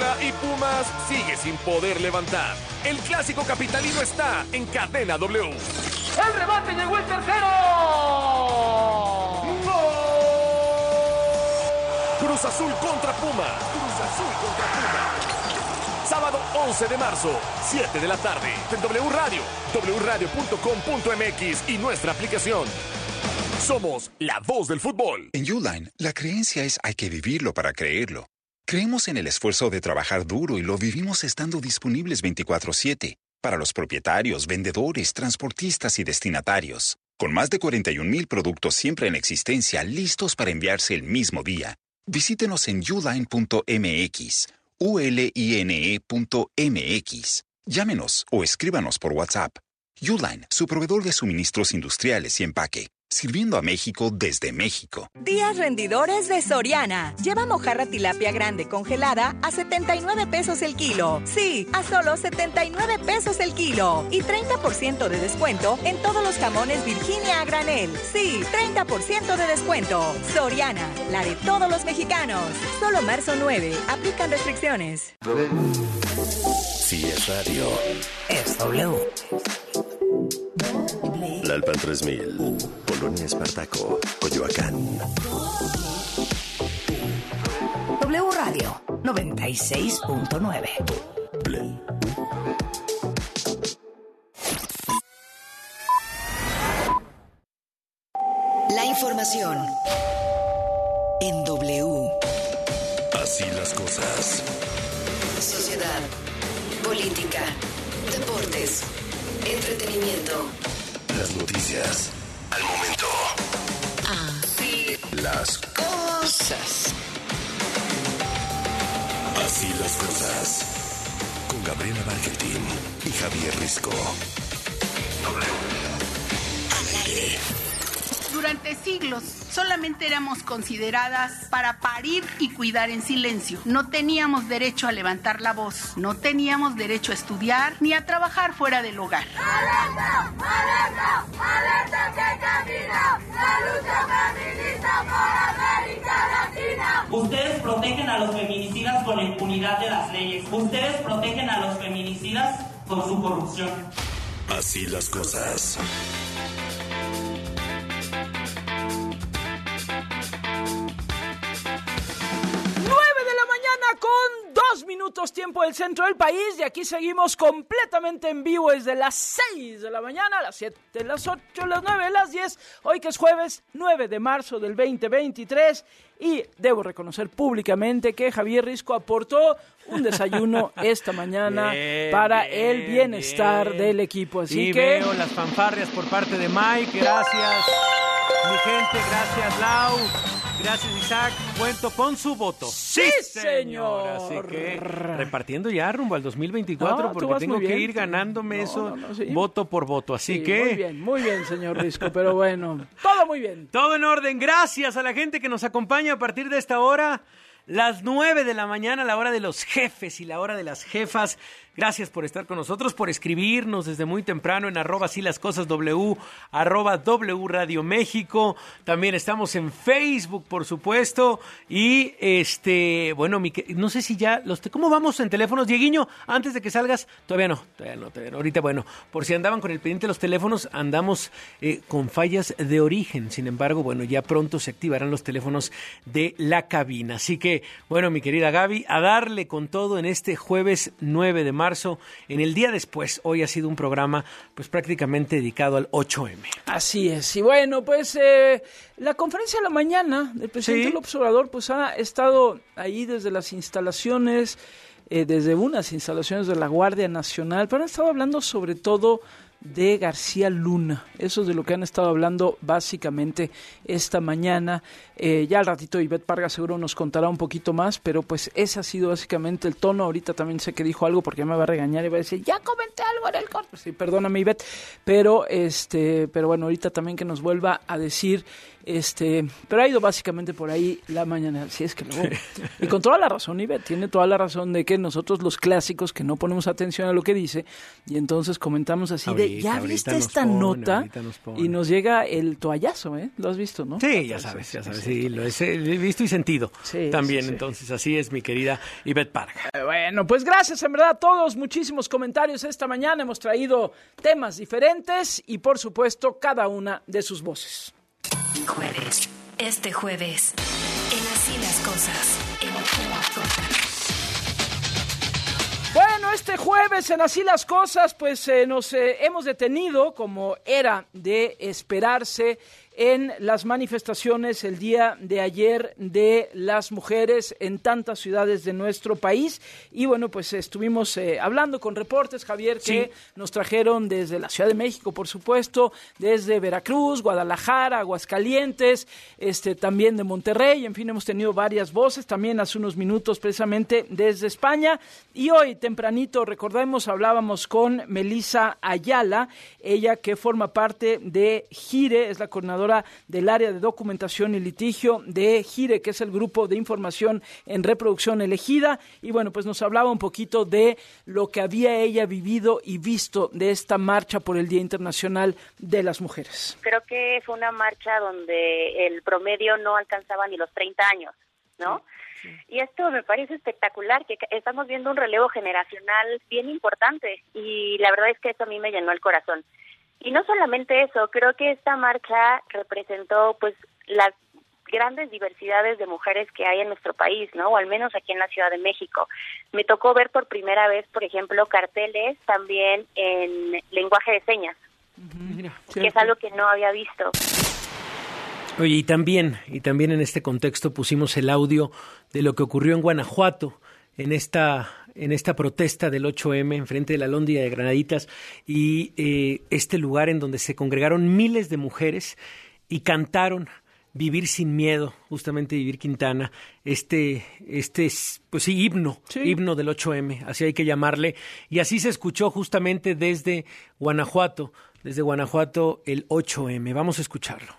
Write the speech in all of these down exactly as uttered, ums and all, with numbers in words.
Puebla y Pumas sigue sin poder levantar. El clásico capitalino está en Cadena W. ¡El remate llegó el tercero! ¡Gol! Cruz Azul contra Pumas. Cruz Azul contra Pumas. Sábado once de marzo, siete de la tarde. En W Radio, w radio punto com punto m x y nuestra aplicación. Somos la voz del fútbol. En Uline, la creencia es hay que vivirlo para creerlo. Creemos en el esfuerzo de trabajar duro y lo vivimos estando disponibles veinticuatro siete para los propietarios, vendedores, transportistas y destinatarios. Con más de cuarenta y un mil productos siempre en existencia listos para enviarse el mismo día. Visítenos en uline punto m x, u l i n e punto m x. Llámenos o escríbanos por WhatsApp. Uline, su proveedor de suministros industriales y empaque. Sirviendo a México desde México. Días rendidores de Soriana. Lleva mojarra tilapia grande congelada a setenta y nueve pesos el kilo. Sí, a solo setenta y nueve pesos el kilo. Y treinta por ciento de descuento en todos los jamones Virginia a granel. Sí, treinta por ciento de descuento. Soriana, la de todos los mexicanos. Solo marzo nueve. Aplican restricciones. Si es radio, es W. Lalpan tres mil, Polonia Espartaco, Coyoacán. W Radio noventa y seis punto nueve. La información en W. Así las cosas. Sociedad, política, deportes, entretenimiento. Las noticias al momento. Así las cosas. Así las cosas. Con Gabriela Barquetín y Javier Risco. W. Al aire. Durante siglos solamente éramos consideradas para parir y cuidar en silencio. No teníamos derecho a levantar la voz, no teníamos derecho a estudiar ni a trabajar fuera del hogar. ¡Alerta! ¡Alerta! ¡Alerta que camina! ¡La lucha feminista por América Latina! Ustedes protegen a los feminicidas con la impunidad de las leyes. Ustedes protegen a los feminicidas con su corrupción. Así las cosas. Con dos minutos tiempo del centro del país y aquí seguimos completamente en vivo desde las seis de la mañana, las siete, las ocho, las nueve, las diez, hoy que es jueves nueve de marzo del veinte veintitrés y debo reconocer públicamente que Javier Risco aportó un desayuno esta mañana bien, para bien, el bienestar bien. del equipo, así sí, que... veo las fanfarrias por parte de Mike, gracias mi gente, gracias Lau. Gracias, Isaac. Cuento con su voto. ¡Sí, señor! Así que repartiendo ya rumbo al dos mil veinticuatro, no, porque tengo que ir ganándome no, eso no, no, sí. voto por voto. Así sí, que... Muy bien, muy bien, señor Risco, pero bueno, todo muy bien. Todo en orden. Gracias a la gente que nos acompaña a partir de esta hora. Las nueve de la mañana, la hora de los jefes y la hora de las jefas. Gracias por estar con nosotros, por escribirnos desde muy temprano en arroba así las cosas W, arroba W Radio México. También estamos en Facebook, por supuesto. Y este, bueno, mi, no sé si ya los, ¿cómo vamos en teléfonos? Dieguiño, antes de que salgas, todavía no, todavía no, todavía no. Ahorita, bueno, por si andaban con el pendiente de los teléfonos, andamos eh, con fallas de origen. Sin embargo, bueno, ya pronto se activarán los teléfonos de la cabina. Así que, bueno, mi querida Gaby, a darle con todo en este jueves nueve de marzo, en el día después. Hoy ha sido un programa pues prácticamente dedicado al ocho eme. Así es, y bueno, pues eh, la conferencia de la mañana del presidente ¿Sí? López Obrador pues ha estado ahí desde las instalaciones, eh, desde unas instalaciones de la Guardia Nacional, pero han estado hablando sobre todo de García Luna. Eso es de lo que han estado hablando básicamente esta mañana. Eh, ya al ratito Ivette Parga seguro nos contará un poquito más, pero pues ese ha sido básicamente el tono. Ahorita también sé que dijo algo porque me va a regañar y va a decir, ya comenté algo en el corte. Sí, perdóname Ivette, pero este, pero bueno, ahorita también que nos vuelva a decir, este, pero ha ido básicamente por ahí la mañana, si es que luego, y con toda la razón Ivette, tiene toda la razón de que nosotros los clásicos que no ponemos atención a lo que dice, y entonces comentamos así de, Oye, ¿ya viste esta pone, nota? Nos y nos llega el toallazo, ¿eh? ¿Lo has visto, no? Sí, ya sabes, ya sabes, sí, lo he, he visto y sentido sí, también, sí, sí. Entonces así es, mi querida Ivette Parga. Eh, bueno, pues gracias en verdad a todos, muchísimos comentarios esta mañana, hemos traído temas diferentes y por supuesto cada una de sus voces. Jueves, este jueves, en Así las Cosas, en Así las Cosas. Bueno, este jueves en Así las Cosas, pues eh, nos eh, hemos detenido, como era de esperarse, en las manifestaciones el día de ayer de las mujeres en tantas ciudades de nuestro país. Y bueno, pues estuvimos eh, hablando con reportes, Javier, que sí. nos trajeron desde la Ciudad de México, por supuesto, desde Veracruz, Guadalajara, Aguascalientes, este, también de Monterrey. En fin, hemos tenido varias voces, también hace unos minutos precisamente desde España. Y hoy, tempranito, recordemos, hablábamos con Melissa Ayala, ella que forma parte de GIRE, es la coordinadora del área de documentación y litigio de GIRE, que es el grupo de información en reproducción elegida, y bueno, pues nos hablaba un poquito de lo que había ella vivido y visto de esta marcha por el Día Internacional de las Mujeres. Creo que fue una marcha donde el promedio no alcanzaba ni los treinta años, ¿no? Sí, sí. Y esto me parece espectacular, que estamos viendo un relevo generacional bien importante, y la verdad es que eso a mí me llenó el corazón. Y no solamente eso, creo que esta marcha representó pues las grandes diversidades de mujeres que hay en nuestro país, ¿no? O al menos aquí en la Ciudad de México. Me tocó ver por primera vez, por ejemplo, carteles también en lenguaje de señas, uh-huh. Mira, que es algo que no había visto. Oye, y también, y también en este contexto pusimos el audio de lo que ocurrió en Guanajuato, en esta en esta protesta del ocho eme enfrente de la Lóndiga de Granaditas, y eh, este lugar en donde se congregaron miles de mujeres y cantaron Vivir sin miedo, justamente Vivir Quintana, este, este pues sí, himno, sí. himno del ocho eme, así hay que llamarle, y así se escuchó justamente desde Guanajuato, desde Guanajuato el ocho eme. Vamos a escucharlo.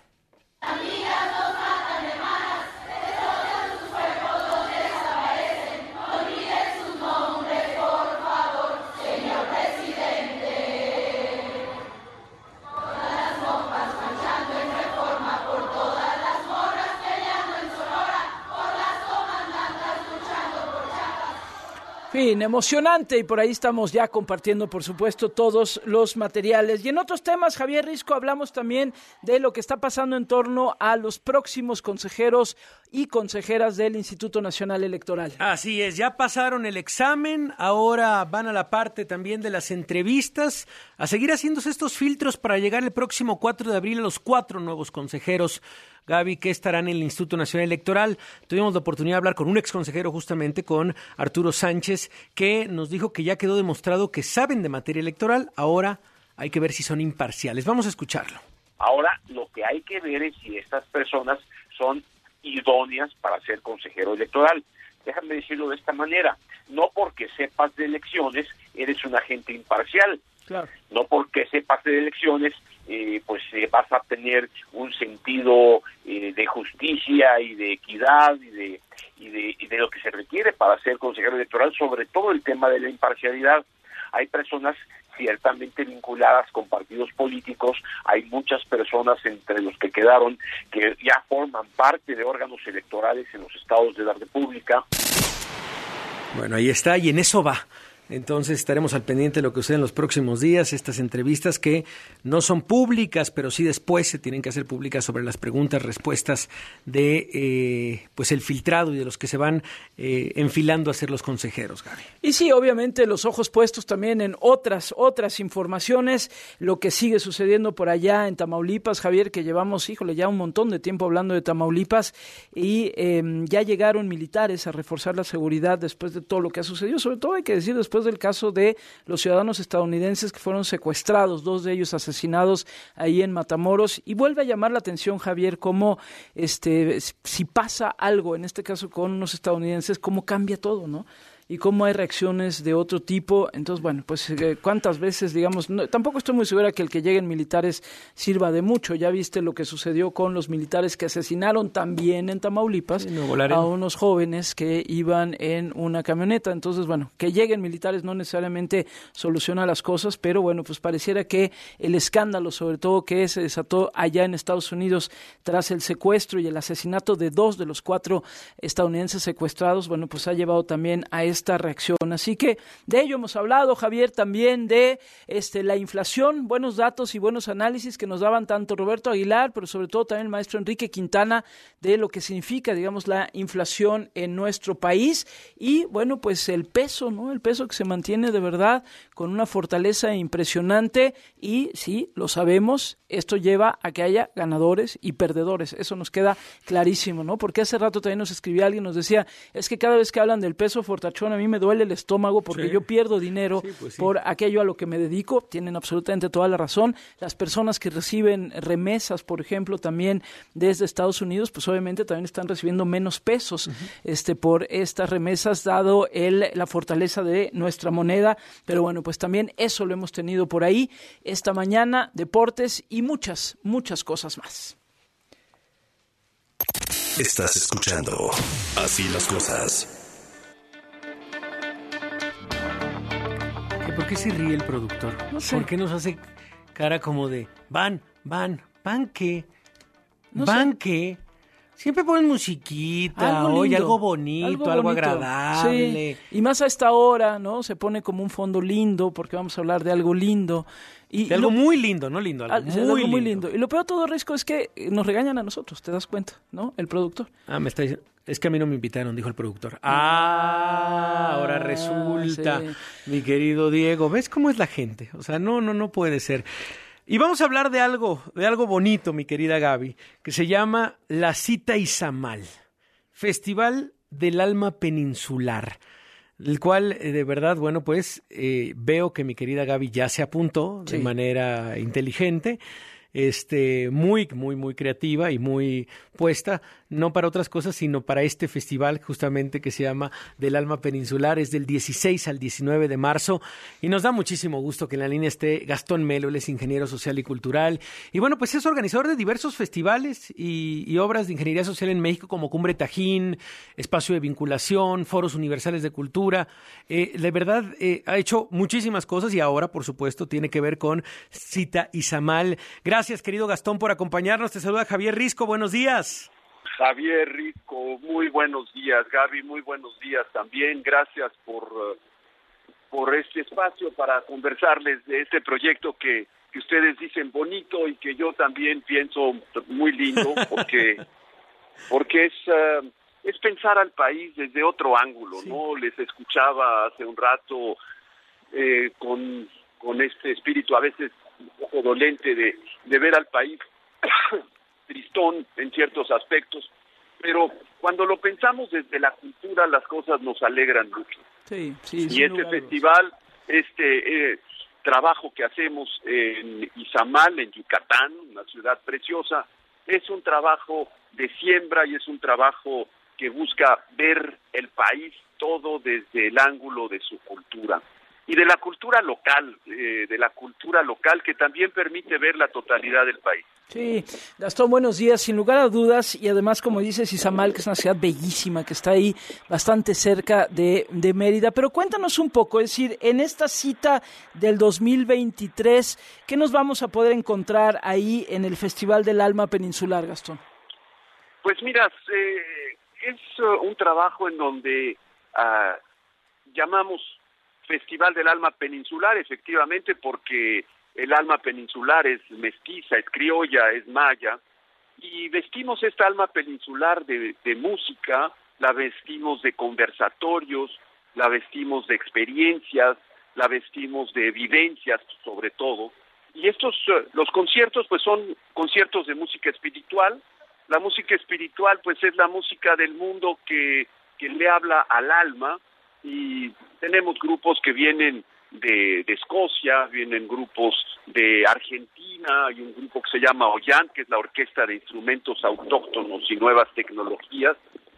Fin, emocionante, y por ahí estamos ya compartiendo, por supuesto, todos los materiales. Y en otros temas, Javier Risco, hablamos también de lo que está pasando en torno a los próximos consejeros y consejeras del Instituto Nacional Electoral. Así es, ya pasaron el examen, ahora van a la parte también de las entrevistas, a seguir haciéndose estos filtros para llegar el próximo cuatro de abril a los cuatro nuevos consejeros. Gaby, que estarán en el Instituto Nacional Electoral. Tuvimos la oportunidad de hablar con un ex consejero, justamente con Arturo Sánchez, que nos dijo que ya quedó demostrado que saben de materia electoral, ahora hay que ver si son imparciales. Vamos a escucharlo. Ahora lo que hay que ver es si estas personas son idóneas para ser consejero electoral. Déjame decirlo de esta manera, no porque sepas de elecciones eres un agente imparcial. Claro. No porque sepas de elecciones, eh, pues eh, vas a tener un sentido eh, de justicia y de equidad y de, y de y de lo que se requiere para ser consejero electoral, sobre todo el tema de la imparcialidad. Hay personas ciertamente vinculadas con partidos políticos, hay muchas personas entre los que quedaron que ya forman parte de órganos electorales en los estados de la República. Bueno, ahí está, y en eso va. Entonces estaremos al pendiente de lo que sucede en los próximos días, estas entrevistas que no son públicas, pero sí después se tienen que hacer públicas sobre las preguntas, respuestas de eh, pues el filtrado y de los que se van eh, enfilando a ser los consejeros, Gaby. Y sí, obviamente los ojos puestos también en otras, otras informaciones, lo que sigue sucediendo por allá en Tamaulipas, Javier, que llevamos, híjole, ya un montón de tiempo hablando de Tamaulipas, y eh, ya llegaron militares a reforzar la seguridad después de todo lo que ha sucedido, sobre todo hay que decir después después del caso de los ciudadanos estadounidenses que fueron secuestrados, dos de ellos asesinados ahí en Matamoros, y vuelve a llamar la atención, Javier, cómo este, si pasa algo, en este caso con unos estadounidenses, cómo cambia todo, ¿no? y cómo hay reacciones de otro tipo. Entonces, bueno, pues eh, cuántas veces, digamos, no, tampoco estoy muy segura que el que lleguen militares sirva de mucho. Ya viste lo que sucedió con los militares que asesinaron también en Tamaulipas sí, no, a unos jóvenes que iban en una camioneta. Entonces, bueno, que lleguen militares no necesariamente soluciona las cosas, pero bueno, pues pareciera que el escándalo, sobre todo que se desató allá en Estados Unidos tras el secuestro y el asesinato de dos de los cuatro estadounidenses secuestrados, bueno, pues ha llevado también a esta reacción. Así que de ello hemos hablado, Javier, también de este la inflación, buenos datos y buenos análisis que nos daban tanto Roberto Aguilar, pero sobre todo también el maestro Enrique Quintana, de lo que significa, digamos, la inflación en nuestro país y, bueno, pues el peso, ¿no? El peso que se mantiene de verdad con una fortaleza impresionante y, sí, lo sabemos, esto lleva a que haya ganadores y perdedores. Eso nos queda clarísimo, ¿no? Porque hace rato también nos escribía alguien, nos decía, es que cada vez que hablan del peso fortachón a mí me duele el estómago porque sí. yo pierdo dinero sí, pues sí. por aquello a lo que me dedico. Tienen absolutamente toda la razón. Las personas que reciben remesas, por ejemplo, también desde Estados Unidos, pues obviamente también están recibiendo menos pesos uh-huh. este por estas remesas, dado el la fortaleza de nuestra moneda. Pero bueno, pues también eso lo hemos tenido por ahí esta mañana, deportes y muchas, muchas cosas más. Estás escuchando Así las Cosas. ¿Por qué se ríe el productor? No sé. ¿Por qué nos hace cara como de van, van, van qué? No ¿Van sé. qué? Siempre ponen musiquita, algo oye, lindo, algo bonito, algo, algo bonito. agradable. Sí. Y más a esta hora, ¿no? Se pone como un fondo lindo porque vamos a hablar de algo lindo. Y, de algo y lo, muy lindo, no lindo, algo, al, muy, algo lindo. muy lindo. Y lo peor de todo, Risco, es que nos regañan a nosotros, ¿te das cuenta? ¿No? El productor. Ah, me está diciendo. Es que a mí no me invitaron, dijo el productor. Ah, ahora resulta, sí. Mi querido Diego. ¿Ves cómo es la gente? O sea, no, no, no puede ser. Y vamos a hablar de algo, de algo bonito, mi querida Gaby, que se llama La Cita Izamal, Festival del Alma Peninsular, el cual, eh, de verdad, bueno, pues eh, veo que mi querida Gaby ya se apuntó sí. de manera inteligente, este, muy, muy, muy creativa y muy puesta, no para otras cosas, sino para este festival justamente que se llama Del Alma Peninsular. Es del dieciséis al diecinueve de marzo y nos da muchísimo gusto que en la línea esté Gastón Melo, él es ingeniero social y cultural y bueno, pues es organizador de diversos festivales y, y obras de ingeniería social en México como Cumbre Tajín, Espacio de Vinculación, Foros Universales de Cultura. Eh, de verdad eh, ha hecho muchísimas cosas y ahora, por supuesto, tiene que ver con Cita Izamal. Gracias, querido Gastón, por acompañarnos. Te saluda Javier Risco. Buenos días. Javier Risco, muy buenos días. Gaby, muy buenos días también. Gracias por, uh, por este espacio para conversarles de este proyecto que, que ustedes dicen bonito y que yo también pienso muy lindo, porque, porque es, uh, es pensar al país desde otro ángulo, sí. ¿no? Les escuchaba hace un rato eh, con, con este espíritu a veces un poco dolente de, de ver al país tristón en ciertos aspectos, pero cuando lo pensamos desde la cultura las cosas nos alegran mucho. Sí, sí, y este festival, este eh, trabajo que hacemos en Izamal, en Yucatán, una ciudad preciosa, es un trabajo de siembra y es un trabajo que busca ver el país todo desde el ángulo de su cultura. Y de la cultura local, eh, de la cultura local que también permite ver la totalidad del país. Sí, Gastón, buenos días, sin lugar a dudas, y además, como dices, Izamal, que es una ciudad bellísima, que está ahí bastante cerca de, de Mérida, pero cuéntanos un poco, es decir, en esta cita del dos mil veintitrés, ¿qué nos vamos a poder encontrar ahí en el Festival del Alma Peninsular, Gastón? Pues mira, eh, es uh, un trabajo en donde uh, llamamos Festival del Alma Peninsular, efectivamente, porque el alma peninsular es mestiza, es criolla, es maya, y vestimos esta alma peninsular de, de música, la vestimos de conversatorios, la vestimos de experiencias, la vestimos de vivencias sobre todo, y estos, los conciertos pues son conciertos de música espiritual. La música espiritual pues es la música del mundo que, que le habla al alma, y tenemos grupos que vienen de, de Escocia, vienen grupos de Argentina, hay un grupo que se llama Ollán, que es la Orquesta de Instrumentos Autóctonos y Nuevas Tecnologías,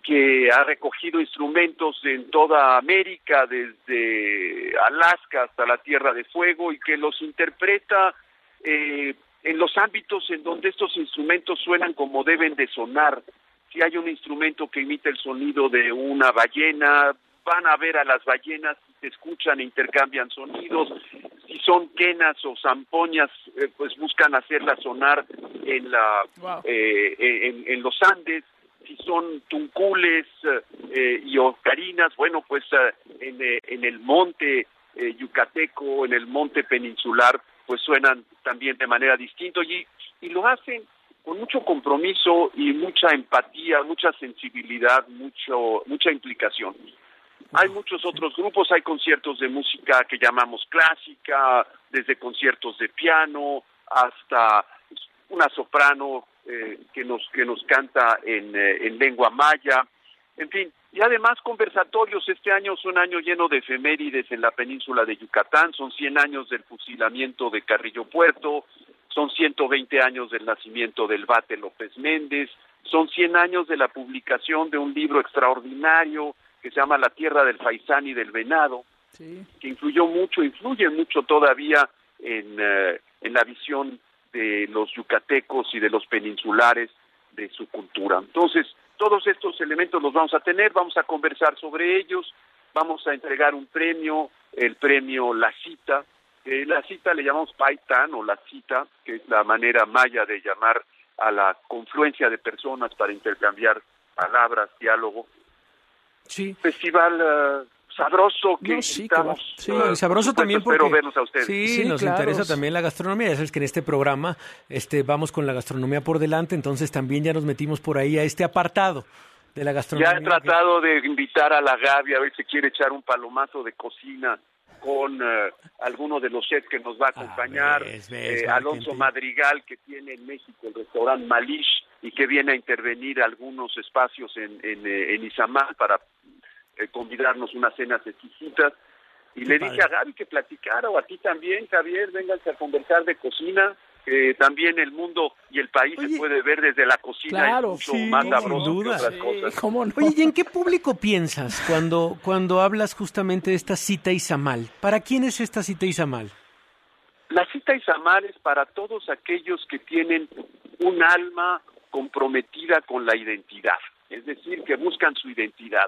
que ha recogido instrumentos en toda América, desde Alaska hasta la Tierra de Fuego, y que los interpreta eh, en los ámbitos en donde estos instrumentos suenan como deben de sonar. Si hay un instrumento que imita el sonido de una ballena, van a ver a las ballenas, se escuchan e intercambian sonidos. Si son quenas o zampoñas, eh, pues buscan hacerlas sonar en la wow. eh, en, en los Andes. Si son tuncules eh, y ocarinas, bueno, pues eh, en, eh, en el monte eh, yucateco, en el monte peninsular, pues suenan también de manera distinta, y, y lo hacen con mucho compromiso y mucha empatía, mucha sensibilidad, mucho mucha implicación. Hay muchos otros grupos, hay conciertos de música que llamamos clásica, desde conciertos de piano hasta una soprano eh, que nos que nos canta en, eh, en lengua maya, en fin, y además conversatorios. Este año es un año lleno de efemérides en la península de Yucatán. Son cien años del fusilamiento de Carrillo Puerto, son ciento veinte años del nacimiento del Bate López Méndez, son cien años de la publicación de un libro extraordinario que se llama La Tierra del Faisán y del Venado, sí. que influyó mucho, influye mucho todavía en, uh, en la visión de los yucatecos y de los peninsulares de su cultura. Entonces, todos estos elementos los vamos a tener, vamos a conversar sobre ellos, vamos a entregar un premio, el premio La Cita. Eh, la Cita le llamamos Paitán o La Cita, que es la manera maya de llamar a la confluencia de personas para intercambiar palabras, diálogo. Sí. Festival uh, sabroso que no, sí, estamos. Sí, uh, sabroso supuesto, también porque espero verlos a ustedes. Sí, sí nos claro. interesa también la gastronomía. Ya sabes que en este programa este vamos con la gastronomía por delante, entonces también ya nos metimos por ahí a este apartado de la gastronomía. Ya he tratado que... de invitar a la Gaby a ver si quiere echar un palomazo de cocina con uh, alguno de los chefs que nos va a acompañar, ah, ves, ves, eh, Alonso Madrigal, que tiene en México el restaurante Malish y que viene a intervenir algunos espacios en, en, en Izamal para eh, convidarnos unas cenas exquisitas. Y Qué le padre. dije a Gaby que platicara, o a ti también, Javier, vénganse a conversar de cocina. Eh, también el mundo y el país Oye, se puede ver desde la cocina, claro, es mucho sí, más no, sabroso sin duda. que otras sí, cosas. ¿Cómo no? Oye, ¿y en qué público piensas cuando, cuando hablas justamente de esta cita Izamal? ¿Para quién es esta cita Izamal? La cita Izamal es para todos aquellos que tienen un alma comprometida con la identidad, es decir, que buscan su identidad.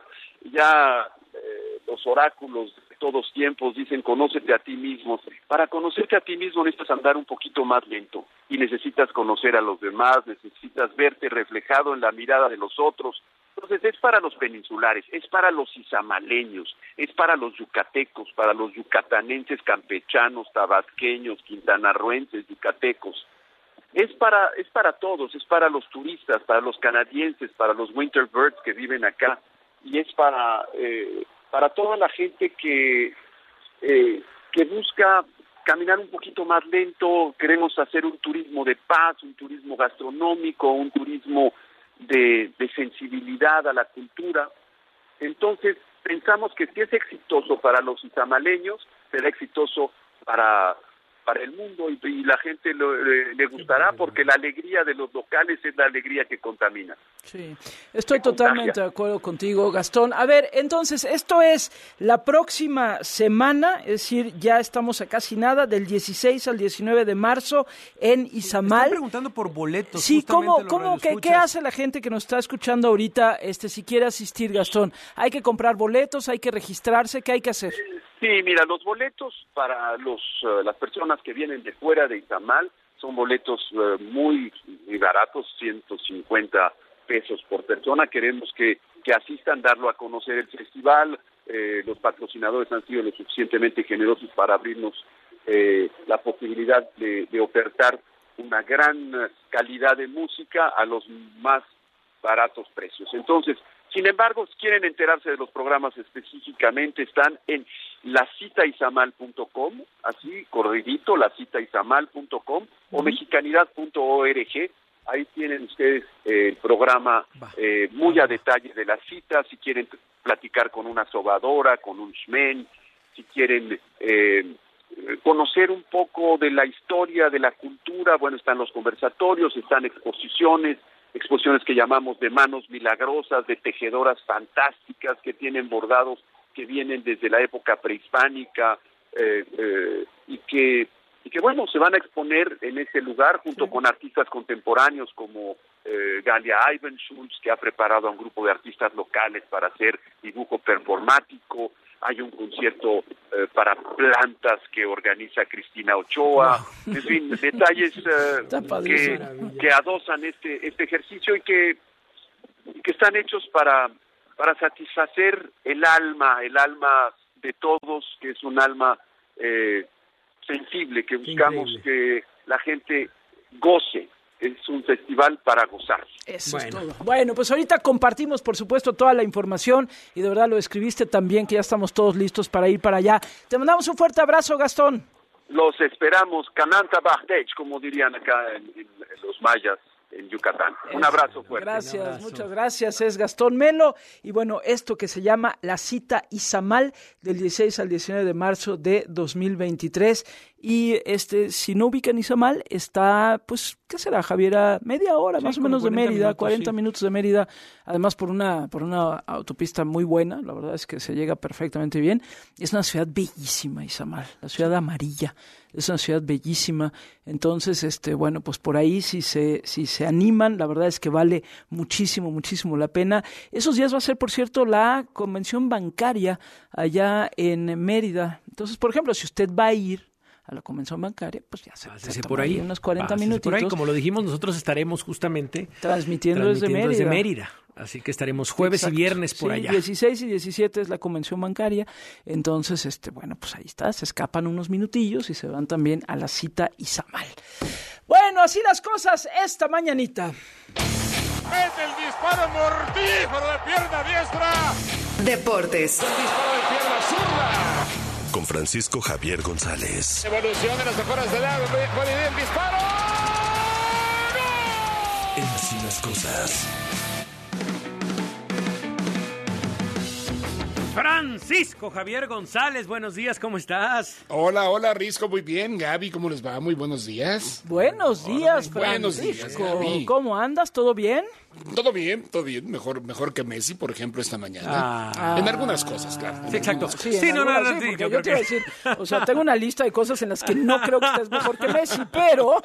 Ya eh, los oráculos de todos tiempos dicen, conócete a ti mismo. Para conocerte a ti mismo necesitas andar un poquito más lento y necesitas conocer a los demás, necesitas verte reflejado en la mirada de los otros. Entonces es para los peninsulares, es para los izamaleños, es para los yucatecos, para los yucatanenses, campechanos, tabasqueños, quintanarroenses, yucatecos. Es para es para todos, es para los turistas, para los canadienses, para los winterbirds que viven acá, y es para eh, para toda la gente que eh, que busca caminar un poquito más lento. Queremos hacer un turismo de paz, un turismo gastronómico, un turismo de, de sensibilidad a la cultura. Entonces pensamos que si es exitoso para los izamaleños, será exitoso para para el mundo, y, y la gente lo, le, le gustará, porque la alegría de los locales es la alegría que contamina. Sí, estoy totalmente de acuerdo contigo, Gastón. A ver, entonces, esto es la próxima semana, es decir, ya estamos a casi nada, del dieciséis al diecinueve de marzo en Izamal. Están preguntando por boletos. Sí, ¿cómo, cómo qué, qué hace la gente que nos está escuchando ahorita, este, si quiere asistir, Gastón? ¿Hay que comprar boletos? ¿Hay que registrarse? ¿Qué hay que hacer? Sí, mira, los boletos para los uh, las personas que vienen de fuera de Izamal son boletos uh, muy, muy baratos, ciento cincuenta pesos por persona. Queremos que, que asistan, darlo a conocer el festival. Eh, los patrocinadores han sido lo suficientemente generosos para abrirnos eh, la posibilidad de, de ofertar una gran calidad de música a los más baratos precios. Entonces, sin embargo, si quieren enterarse de los programas específicamente, están en la cita izamal punto com, así, corridito, la cita izamal punto com, o mexicanidad punto org. Ahí tienen ustedes eh, el programa eh, muy a detalle de la cita. Si quieren platicar con una sobadora, con un shmen, si quieren eh, conocer un poco de la historia, de la cultura, bueno, están los conversatorios, están exposiciones, exposiciones que llamamos de manos milagrosas, de tejedoras fantásticas que tienen bordados que vienen desde la época prehispánica eh, eh, y que y que bueno, se van a exponer en ese lugar junto con artistas contemporáneos como eh, Galia Ivanschulz, que ha preparado a un grupo de artistas locales para hacer dibujo performático. Hay un concierto eh, para plantas que organiza Cristina Ochoa. En fin, detalles eh, que, que adosan este este ejercicio y que, y que están hechos para, para satisfacer el alma, el alma de todos, que es un alma eh, sensible, que buscamos Increíble. que la gente goce. Es un festival para gozar. Eso bueno. es todo. Bueno, pues ahorita compartimos, por supuesto, toda la información y de verdad lo escribiste tan bien que ya estamos todos listos para ir para allá. Te mandamos un fuerte abrazo, Gastón. Los esperamos, Cananta Bachtech, como dirían acá en, en, en los mayas, en Yucatán. Un Eso. abrazo fuerte. Gracias, abrazo. muchas gracias. Es Gastón Melo. Y bueno, esto que se llama La Cita Izamal, del dieciséis al diecinueve de marzo de dos mil veintitrés. Y este, si no ubican Izamal, está, pues, ¿qué será, Javier? A media hora, sí, más o menos de Mérida, minutos, cuarenta sí. minutos de Mérida, además por una, por una autopista muy buena, la verdad es que se llega perfectamente bien. Es una ciudad bellísima, Izamal, la ciudad amarilla, es una ciudad bellísima. Entonces, este, bueno, pues por ahí si se, si se animan, la verdad es que vale muchísimo, muchísimo la pena. Esos días va a ser, por cierto, la convención bancaria allá en Mérida. Entonces, por ejemplo, si usted va a ir a la convención bancaria, pues ya se, se por ahí unos cuarenta minutitos. Por ahí, como lo dijimos, nosotros estaremos justamente transmitiendo, transmitiendo desde, Mérida. desde Mérida. Así que estaremos jueves Exacto. y viernes por sí, allá. dieciséis y diecisiete es la convención bancaria. Entonces, este, bueno, pues ahí está, se escapan unos minutillos y se van también a la cita Izamal. Bueno, así las cosas esta mañanita. Mete el disparo mortífero de pierna diestra. Deportes. El disparo de pierna zurda. Con Francisco Javier González. Evolución de las mejoras del lado. Puede ir el disparo. ¡No! En Así las Cosas. Francisco Javier González, buenos días, ¿cómo estás? Hola, hola, Risco, muy bien. Gaby, ¿cómo les va? Muy buenos días. Buenos días, hola, buenos días, Gaby. ¿Cómo andas? ¿Todo bien? Todo bien, todo bien. Mejor, mejor que Messi, por ejemplo, esta mañana. Ah. En algunas cosas, claro. Sí, exacto. Sí, sí no, no, no, sí, sí, yo, yo te iba a decir, o sea, tengo una lista de cosas en las que no creo que estés mejor que Messi, pero...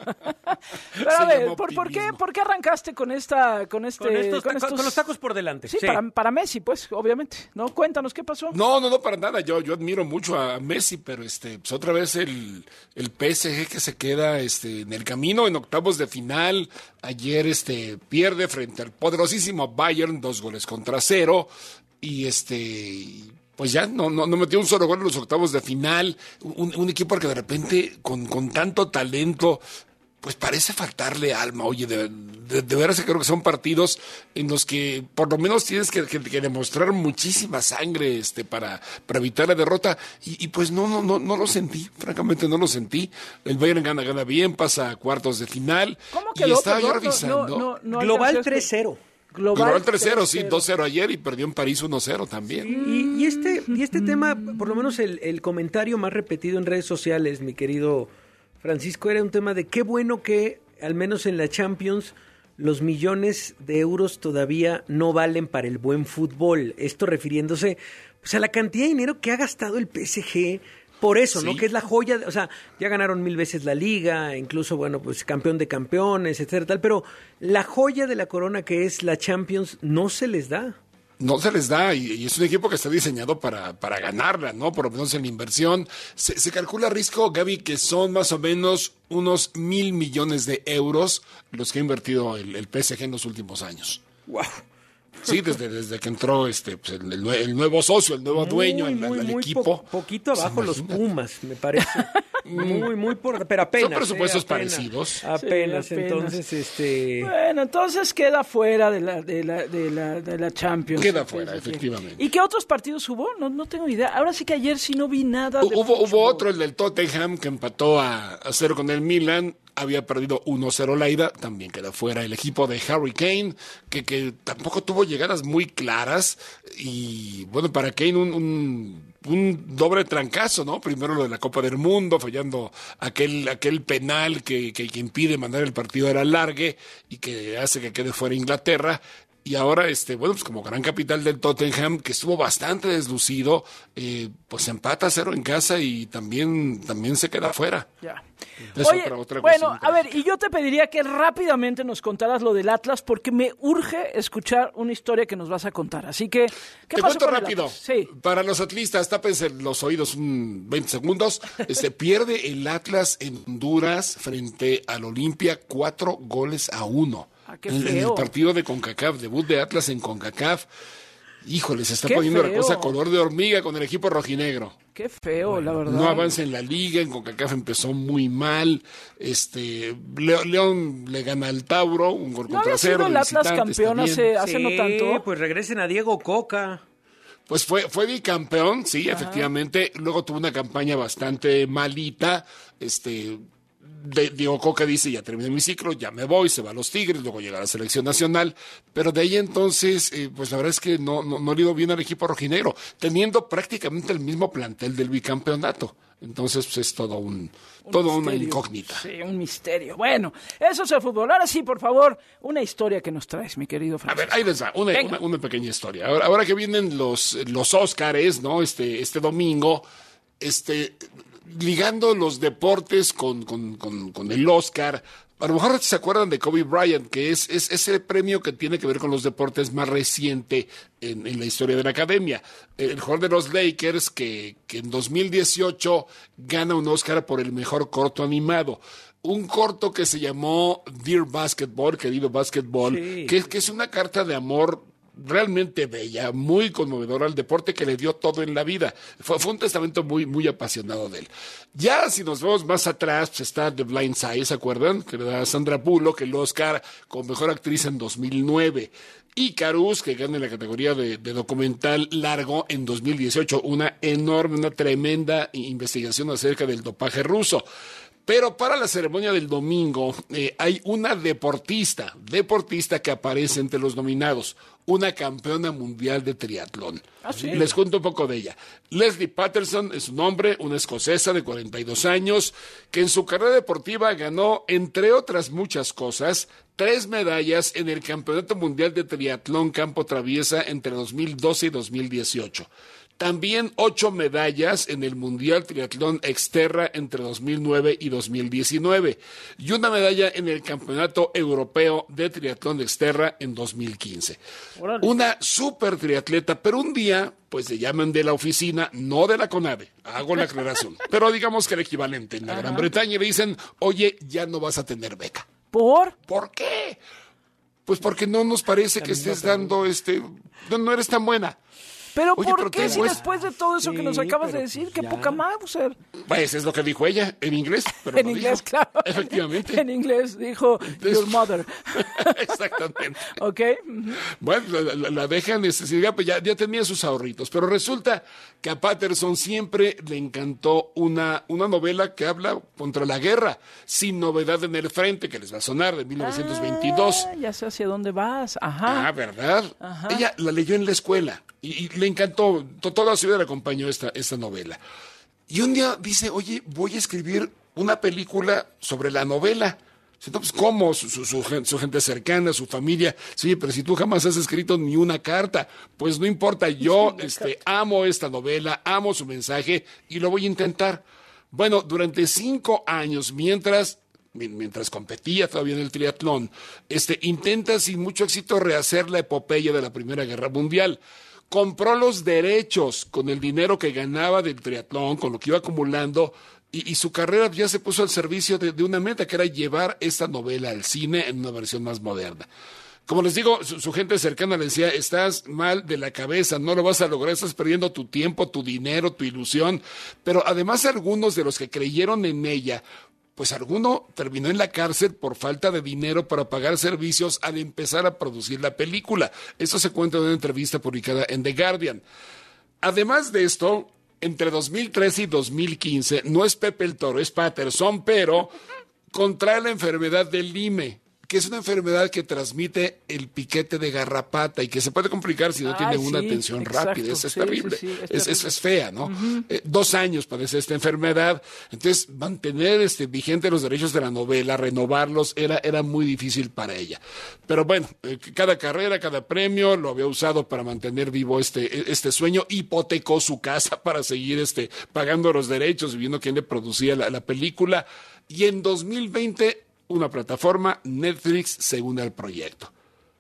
Pero a ver, ¿por, ¿por, qué, ¿por qué arrancaste con esta... Con, este, con, estos, con, estos... con los tacos por delante? Sí, sí. Para, para Messi, pues, obviamente. ¿No? Cuéntanos, ¿qué pasó? No, no, no, para nada. Yo, yo admiro mucho a Messi, pero este, pues otra vez el, el P S G que se queda este, en el camino, en octavos de final. Ayer este, pierde frente al poderosísimo Bayern, dos goles contra cero. Y este... pues ya no, no, no metió un solo gol en los octavos de final. Un, un equipo que de repente, con, con tanto talento, pues parece faltarle alma. Oye, de, de, de veras creo que son partidos en los que por lo menos tienes que, que, que demostrar muchísima sangre este, para, para evitar la derrota. Y, y pues no, no, no, no lo sentí, francamente no lo sentí. El Bayern gana, gana bien, pasa a cuartos de final. ¿Cómo quedó? Y estaba yo no, revisando. No, no, no Global tres cero. Global, Global tres cero, sí, dos cero ayer y perdió en París uno cero también. Sí, y, y este, y este tema, por lo menos el, el comentario más repetido en redes sociales, mi querido Francisco, era un tema de qué bueno que, al menos en la Champions, los millones de euros todavía no valen para el buen fútbol. Esto refiriéndose pues, a la cantidad de dinero que ha gastado el P S G. Por eso, sí. ¿no? Que es la joya, de, o sea, ya ganaron mil veces la Liga, incluso, bueno, pues campeón de campeones, etcétera, tal, pero la joya de la corona que es la Champions no se les da. No se les da, y, y es un equipo que está diseñado para, para ganarla, ¿no? Por lo menos en la inversión. Se, se calcula, Risco, Gaby, que son más o menos unos mil millones de euros los que ha invertido el, el P S G en los últimos años. ¡Wow! Sí, desde, desde que entró este pues el, el, el nuevo socio, el nuevo muy, dueño al, muy, al muy equipo. Po, poquito abajo los Pumas, me parece. muy, muy por, pero apenas. Son presupuestos eh, apenas, parecidos. Apenas, sí, apenas, entonces, este. Bueno, entonces queda fuera de la, de la, de la, de la Champions. Queda fuera, efectivamente. ¿Y qué otros partidos hubo? No, no tengo idea. Ahora sí que ayer sí no vi nada. De hubo, hubo otro, el del Tottenham, que empató a, a cero con el Milan. Había perdido uno cero la ida, también queda fuera el equipo de Harry Kane, que, que tampoco tuvo llegadas muy claras. Y bueno, para Kane un, un un doble trancazo, ¿no? Primero lo de la Copa del Mundo, fallando aquel, aquel penal que, que, que impide mandar el partido a la largue y que hace que quede fuera Inglaterra. Y ahora, este, bueno, pues como gran capital del Tottenham, que estuvo bastante deslucido, eh, pues empata a cero en casa y también, también se queda fuera. Ya. Es Oye, otra, otra bueno, cuestión. a ver, y yo te pediría que rápidamente nos contaras lo del Atlas, porque me urge escuchar una historia que nos vas a contar. Así que, ¿qué Te pasó cuento con el rápido. Atlas? Sí. Para los atlistas, tápense los oídos un veinte segundos. Este, pierde el Atlas en Honduras frente al Olimpia cuatro goles a uno. Ah, qué en, en el feo. partido de CONCACAF, debut de Atlas en CONCACAF. Híjole, se está Qué poniendo feo. la cosa color de hormiga con el equipo rojinegro. Qué feo, la verdad. No avanza en la liga, en CONCACAF empezó muy mal. Este, Leo- León le gana al Tauro, un gol ¿No contra había cero. sido el de Atlas visitante, está campeón bien. hace, hace Sí, no tanto? pues regresen a Diego Coca. Pues fue, fue bicampeón, sí, Ajá. efectivamente. Luego tuvo una campaña bastante malita. Este, de, Diego Coca dice, ya terminé mi ciclo, ya me voy, se va a los Tigres, luego llega a la selección nacional. Pero de ahí entonces, eh, pues la verdad es que no, no, no le ha ido bien al equipo rojinegro, teniendo prácticamente el mismo plantel del bicampeonato. Entonces, pues es todo un, Un todo una misterio. incógnita. Sí, un misterio. Bueno, eso es el fútbol. Ahora sí, por favor, una historia que nos traes, mi querido A Francisco. ver, ahí les va, una, Venga. una, una pequeña historia. Ahora, ahora que vienen los, los Óscares, ¿no? Este, este domingo, este, ligando los deportes con, con, con, con el Oscar. A lo mejor se acuerdan de Kobe Bryant, que es, es ese premio que tiene que ver con los deportes más reciente en, en la historia de la academia. El jugador de los Lakers, que, que en dos mil dieciocho gana un Oscar por el mejor corto animado. Un corto que se llamó Dear Basketball, querido Basketball, Sí. que, que es una carta de amor realmente bella, muy conmovedora al deporte que le dio todo en la vida. Fue, fue un testamento muy, muy apasionado de él. Ya si nos vemos más atrás, pues está The Blind Side, ¿se acuerdan? Que le da a Sandra Bullock el Oscar como mejor actriz en dos mil nueve. Icarus, que gana en la categoría de, de documental largo en dos mil dieciocho. Una enorme, una tremenda investigación acerca del dopaje ruso. Pero para la ceremonia del domingo eh, hay una deportista, deportista que aparece entre los nominados, una campeona mundial de triatlón. ¿Ah, sí? Les cuento un poco de ella. Leslie Patterson es su nombre, una escocesa de cuarenta y dos años, que en su carrera deportiva ganó, entre otras muchas cosas, tres medallas en el Campeonato Mundial de Triatlón Campo Traviesa entre dos mil doce y dos mil dieciocho. También ocho medallas en el Mundial Triatlón Exterra entre dos mil nueve y dos mil diecinueve y una medalla en el Campeonato Europeo de Triatlón Exterra en dos mil quince. Órale. Una super triatleta, pero un día pues le llaman de la oficina, no de la CONADE, hago la aclaración, pero digamos que el equivalente en la Gran Bretaña, y le dicen, oye, ya no vas a tener beca. ¿Por? ¿Por qué? Pues porque no nos parece que estés dando, este, no, no eres tan buena. ¿Pero Oye, por pero qué? te Si pues- después de todo eso que nos Sí, acabas de pero decir, pues qué ya. poca Mauser. Pues es lo que dijo ella, en inglés. Pero En lo inglés, dijo. claro. Efectivamente. En inglés dijo your mother. Exactamente. ¿Ok? Ujú. Bueno, la, la- la dejan, este, sí, ya, ya, ya tenía sus ahorritos, pero resulta que a Patterson siempre le encantó una, una novela que habla contra la guerra, Sin Novedad en el Frente, que les va a sonar, de mil novecientos veintidós. Ah, ya sé hacia dónde vas. Ajá. Ah, ¿verdad? Ajá. Ella la leyó en la escuela y, y le encantó, to- toda su vida le acompañó esta, esta novela. Y un día dice, oye, voy a escribir una película sobre la novela. Dice, no, pues, ¿cómo? Su, su, su gen- su gente cercana, su familia. Sí, pero si tú jamás has escrito ni una carta, pues no importa, yo este, amo esta novela, amo su mensaje y lo voy a intentar. Bueno, durante cinco años, mientras mi- mientras competía todavía en el triatlón, este, intenta sin mucho éxito rehacer la epopeya de la Primera Guerra Mundial. Compró los derechos con el dinero que ganaba del triatlón, con lo que iba acumulando, y, y su carrera ya se puso al servicio de, de una meta, que era llevar esta novela al cine en una versión más moderna. Como les digo, su, su gente cercana le decía, estás mal de la cabeza, no lo vas a lograr, estás perdiendo tu tiempo, tu dinero, tu ilusión. Pero además algunos de los que creyeron en ella, pues alguno terminó en la cárcel por falta de dinero para pagar servicios al empezar a producir la película. Esto se cuenta en una entrevista publicada en The Guardian. Además de esto, entre dos mil trece y dos mil quince, no es Pepe el Toro, es Patterson, pero contrae la enfermedad del Lyme, que es una enfermedad que transmite el piquete de garrapata y que se puede complicar si no Ay, tiene una sí, atención exacto. rápida. Es, es Sí, terrible. sí, sí, es, es, terrible. es, es fea, ¿no? Uh-huh. Eh, dos años padece esta enfermedad. Entonces, mantener este, vigente los derechos de la novela, renovarlos, era, era muy difícil para ella. Pero bueno, eh, cada carrera, cada premio lo había usado para mantener vivo este, este sueño. Hipotecó su casa para seguir este, pagando los derechos y viendo quién le producía la, la película. Y en dos mil veinte, una plataforma, Netflix, se une al proyecto.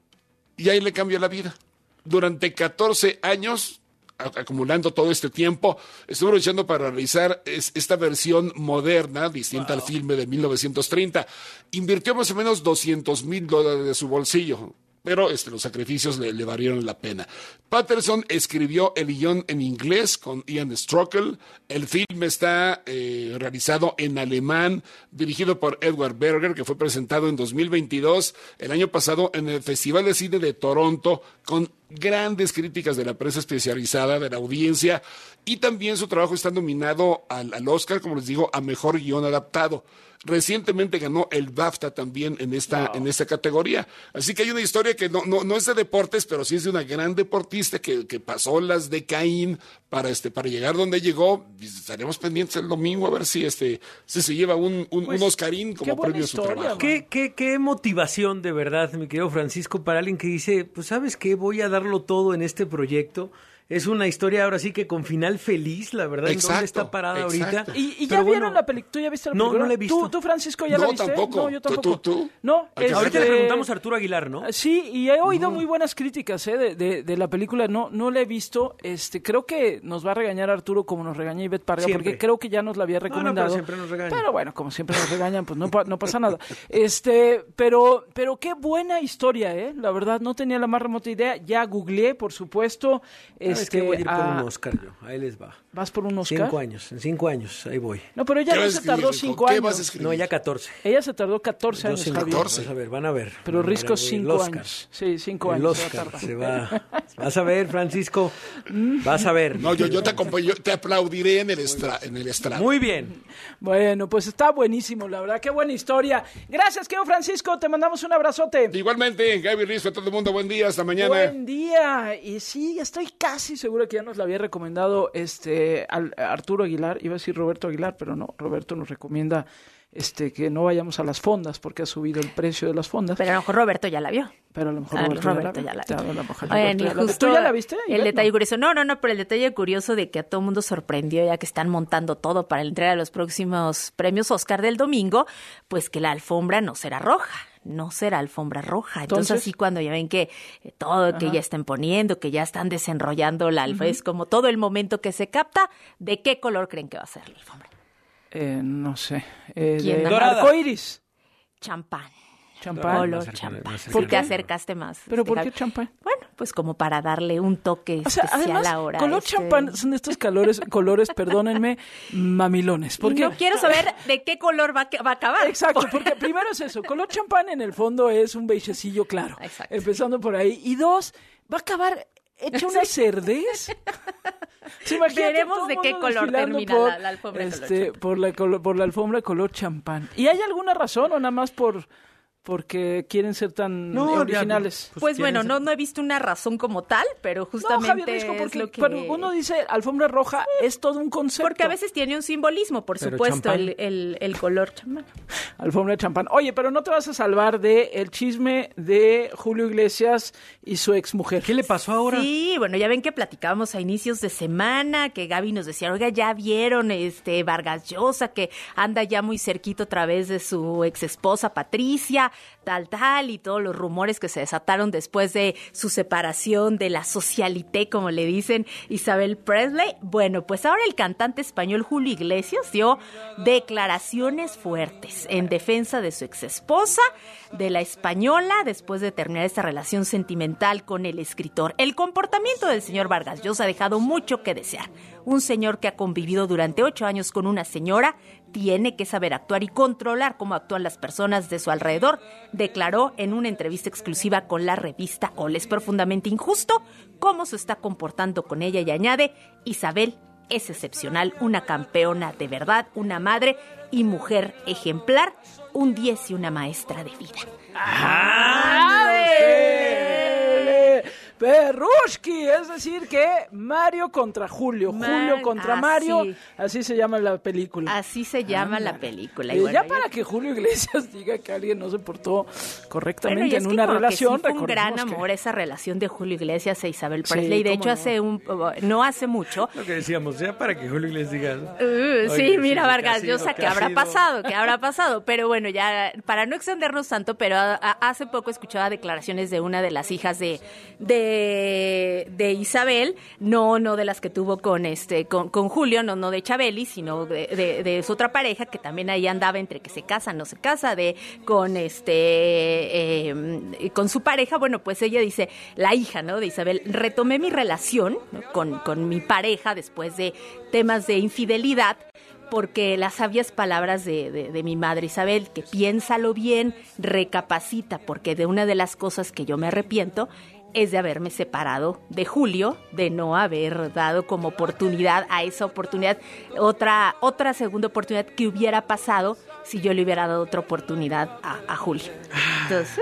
Y ahí le cambió la vida. Durante catorce años, acumulando todo este tiempo, estuvo luchando para realizar es, esta versión moderna, distinta wow. al filme de mil novecientos treinta. Invirtió más o menos doscientos mil dólares de su bolsillo. Pero este, los sacrificios le, le valieron la pena. Patterson escribió el guión en inglés con Ian Strockel. El film está eh, realizado en alemán, dirigido por Edward Berger, que fue presentado en dos mil veintidós, el año pasado, en el Festival de Cine de Toronto, con grandes críticas de la prensa especializada, de la audiencia, y también su trabajo está nominado al, al Oscar, como les digo, a Mejor Guión Adaptado. Recientemente ganó el BAFTA también en esta, wow. en esta categoría. Así que hay una historia que no, no, no es de deportes, pero sí es de una gran deportista que, que pasó las de Caín para, este, para llegar donde llegó. Estaremos pendientes el domingo a ver si, este, si se lleva un, un, pues, un Oscarín como premio a su trabajo. ¿Qué, qué, qué motivación de verdad, mi querido Francisco, para alguien que dice, pues ¿sabes qué? Voy a darlo todo en este proyecto. Es una historia ahora sí que con final feliz, la verdad, exacto, en dónde está parada exacto. ahorita. ¿Y, y ya Pero vieron bueno, la película? ¿Tú ya viste la película? No, no la he visto. ¿Tú, tú Francisco, ya no, la viste? Tampoco. No, yo tampoco. ¿Tú, tú, tú? No, este... Ahorita le preguntamos a Arturo Aguilar, ¿no? Sí, y he oído uh-huh. muy buenas críticas ¿eh? de, de, de la película. No, no la he visto. Este, creo que nos va a regañar Arturo como nos regaña Ivette Parga, siempre. Porque creo que ya nos la había recomendado. No, no, pero siempre nos regañan. Pero bueno, como siempre nos regañan, pues no, no pasa nada. Este, pero, pero qué buena historia, ¿eh? La verdad, no tenía la más remota idea. Ya googleé, por supuesto. Este, es que voy a ir por a... un Oscar yo. Ahí les va. ¿Vas por un Oscar? Cinco años, en cinco años, ahí voy. No, pero ella no se tardó cinco años. Vas a escribir? No, ella catorce. Ella se tardó catorce años, Javier. catorce. Vas a ver, van a ver. Pero Risco cinco Oscar. años. Sí, cinco el años. Oscar se va. Vas a ver, Francisco. Vas a ver. No, yo, yo te acompaño, yo te aplaudiré en el estra, en el estrado. Muy bien. Bueno, pues está buenísimo, la verdad, qué buena historia. Gracias, querido Francisco, te mandamos un abrazote. Igualmente, Gaby Risco, a todo el mundo, buen día, hasta mañana. Buen día. Y sí, estoy casi seguro que ya nos la había recomendado este al, Arturo Aguilar, iba a decir Roberto Aguilar, pero no, Roberto nos recomienda este que no vayamos a las fondas porque ha subido el precio de las fondas. Pero a lo mejor Roberto ya la vio. Pero a lo mejor a Roberto, Roberto ya la vio. Ya la vio. Oigan, y justo ¿Tú ya la viste? El detalle curioso. No, no, no, pero el detalle curioso de que a todo el mundo sorprendió ya que están montando todo para la entrega de los próximos premios Oscar del domingo, pues que la alfombra no será roja. No será alfombra roja. Entonces, Entonces así cuando ya ven que eh, todo, Ajá. que ya están poniendo, que ya están desenrollando la alfombra, uh-huh. es como todo el momento que se capta, ¿de qué color creen que va a ser la alfombra? Eh, no sé. Eh, ¿Quién? De arcoiris. Champán. Champán. Color champán. ¿Por qué te acercaste más? ¿Pero por qué champán? Bueno, pues como para darle un toque o sea, especial además, ahora. Color este... champán son estos colores, colores, perdónenme, mamilones. Porque... No quiero saber de qué color va, va a acabar. Exacto, porque primero es eso. Color champán en el fondo es un beigecillo claro. Exacto. Empezando por ahí. Y dos, va a acabar hecha una cerdez. Sí, veremos de qué color termina por, la, la alfombra este, por, la, por la alfombra color champán. ¿Y hay alguna razón o nada más por porque quieren ser tan no, originales? Ya, pues, pues bueno, no, no he visto una razón como tal, pero justamente no, Javier Risco, porque, es lo que... Pero uno dice alfombra roja sí. es todo un concepto. Porque a veces tiene un simbolismo, por pero supuesto, el, el, el color champán. Alfombra de champán. Oye, pero no te vas a salvar de el chisme de Julio Iglesias y su exmujer. ¿Qué le pasó ahora? Sí, bueno, ya ven que platicábamos a inicios de semana, que Gaby nos decía, oiga, ya vieron este Vargas Llosa, que anda ya muy cerquito a través de su exesposa Patricia, tal, tal, y todos los rumores que se desataron después de su separación de la socialité, como le dicen, Isabel Presley. Bueno, pues ahora el cantante español Julio Iglesias dio declaraciones fuertes en defensa de su exesposa, de la española, después de terminar esta relación sentimental con el escritor. El comportamiento del señor Vargas Llosa ha dejado mucho que desear. Un señor que ha convivido durante ocho años con una señora tiene que saber actuar y controlar cómo actúan las personas de su alrededor, declaró en una entrevista exclusiva con la revista Hola. Es profundamente injusto cómo se está comportando con ella y añade, Isabel es excepcional, una campeona de verdad, una madre y mujer ejemplar, un diez y una maestra de vida. Perrushki, es decir que Mario contra Julio, Man, Julio contra así. Mario, así se llama la película. Así se llama ah, la película. Y bueno, ya para ya... que Julio Iglesias diga que alguien no se portó correctamente bueno, en una relación. Sí fue un gran amor que... esa relación de Julio Iglesias e Isabel Presley. Sí, de hecho, no? hace un no hace mucho. Lo que decíamos, ya para que Julio Iglesias diga. Uh, sí, mira, Vargas Llosa, ¿qué habrá pasado? ¿Qué habrá pasado? Pero bueno, ya para no extendernos tanto, pero a, a, hace poco escuchaba declaraciones de una de las hijas de de de Isabel, no no de las que tuvo con este con, con Julio, no no de Chabeli, sino de, de, de su otra pareja, que también ahí andaba entre que se casa, no se casa, de con este eh, con su pareja. Bueno, pues ella dice, la hija, ¿no?, de Isabel, retomé mi relación, ¿no?, con, con mi pareja después de temas de infidelidad, porque las sabias palabras de, de, de mi madre Isabel, que piénsalo bien, recapacita, porque de una de las cosas que yo me arrepiento es de haberme separado de Julio, de no haber dado como oportunidad a esa oportunidad, otra otra segunda oportunidad que hubiera pasado si yo le hubiera dado otra oportunidad a, a Julio. Entonces,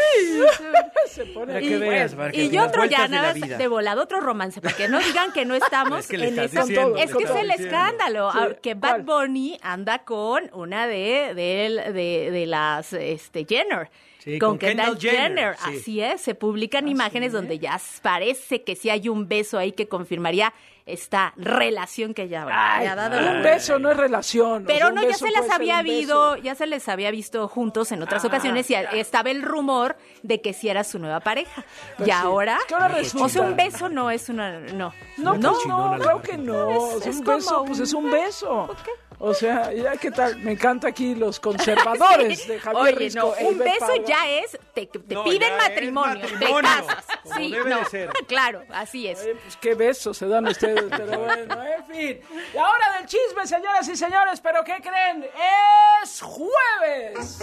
se pone y, veas, y, y yo otro ya nada de, de volado, otro romance, para que no digan que no estamos es que en esa... Diciendo, es que es el diciendo. escándalo, Sí, que Bad Bunny anda con una de, de, de, de las este, Jenner. Sí, con, con Kendall, Kendall Jenner, Jenner, sí. Así es, se publican Así imágenes es. donde ya parece que sí hay un beso ahí que confirmaría esta relación que ya, Ay, ya ha dado. un beso no es relación. Pero o sea, no, un ya beso se las puede ser había un beso. visto, ya se les había visto juntos en otras Ah, ocasiones y ya. estaba el rumor de que sí era su nueva pareja. Pues y sí. ahora, Es que ahora resulta- o sea, un beso no es una, no. No, no, pues no, creo que no. Es- Es, es un como beso, pues es un un- beso. ¿Por qué? O sea, ya qué tal, me encanta aquí los conservadores Sí. de Javier Oye, Risco. no, e un Ivette beso Parga. ya es, te, te No, piden ya es matrimonio, matrimonio, te casas. como Sí, debe no, de ser. claro, así es. Oye, pues qué besos se dan ustedes, pero bueno, en fin. Y ahora del chisme, señoras y señores, ¿pero qué creen? ¡Es jueves!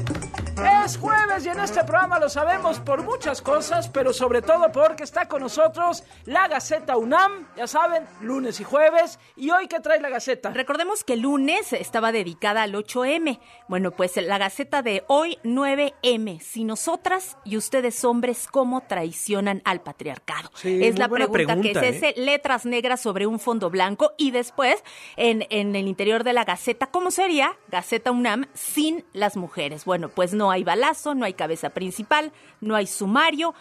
Es jueves y en este programa lo sabemos por muchas cosas, pero sobre todo porque está con nosotros la Gaceta UNAM, ya saben, lunes y jueves. ¿Y hoy qué trae la Gaceta? Recordemos que el lunes estaba dedicada al ocho eme. Bueno, pues la Gaceta de hoy, nueve eme. Si nosotras y ustedes hombres, ¿cómo traicionan al patriarcado? Sí, es muy la buena pregunta, pregunta, que es ¿eh? ese, letras negras sobre un fondo blanco. Y después, en, en el interior de la Gaceta, ¿cómo sería Gaceta UNAM sin las mujeres? Bueno, pues no hay balazo, no hay cabeza principal, no hay sumario,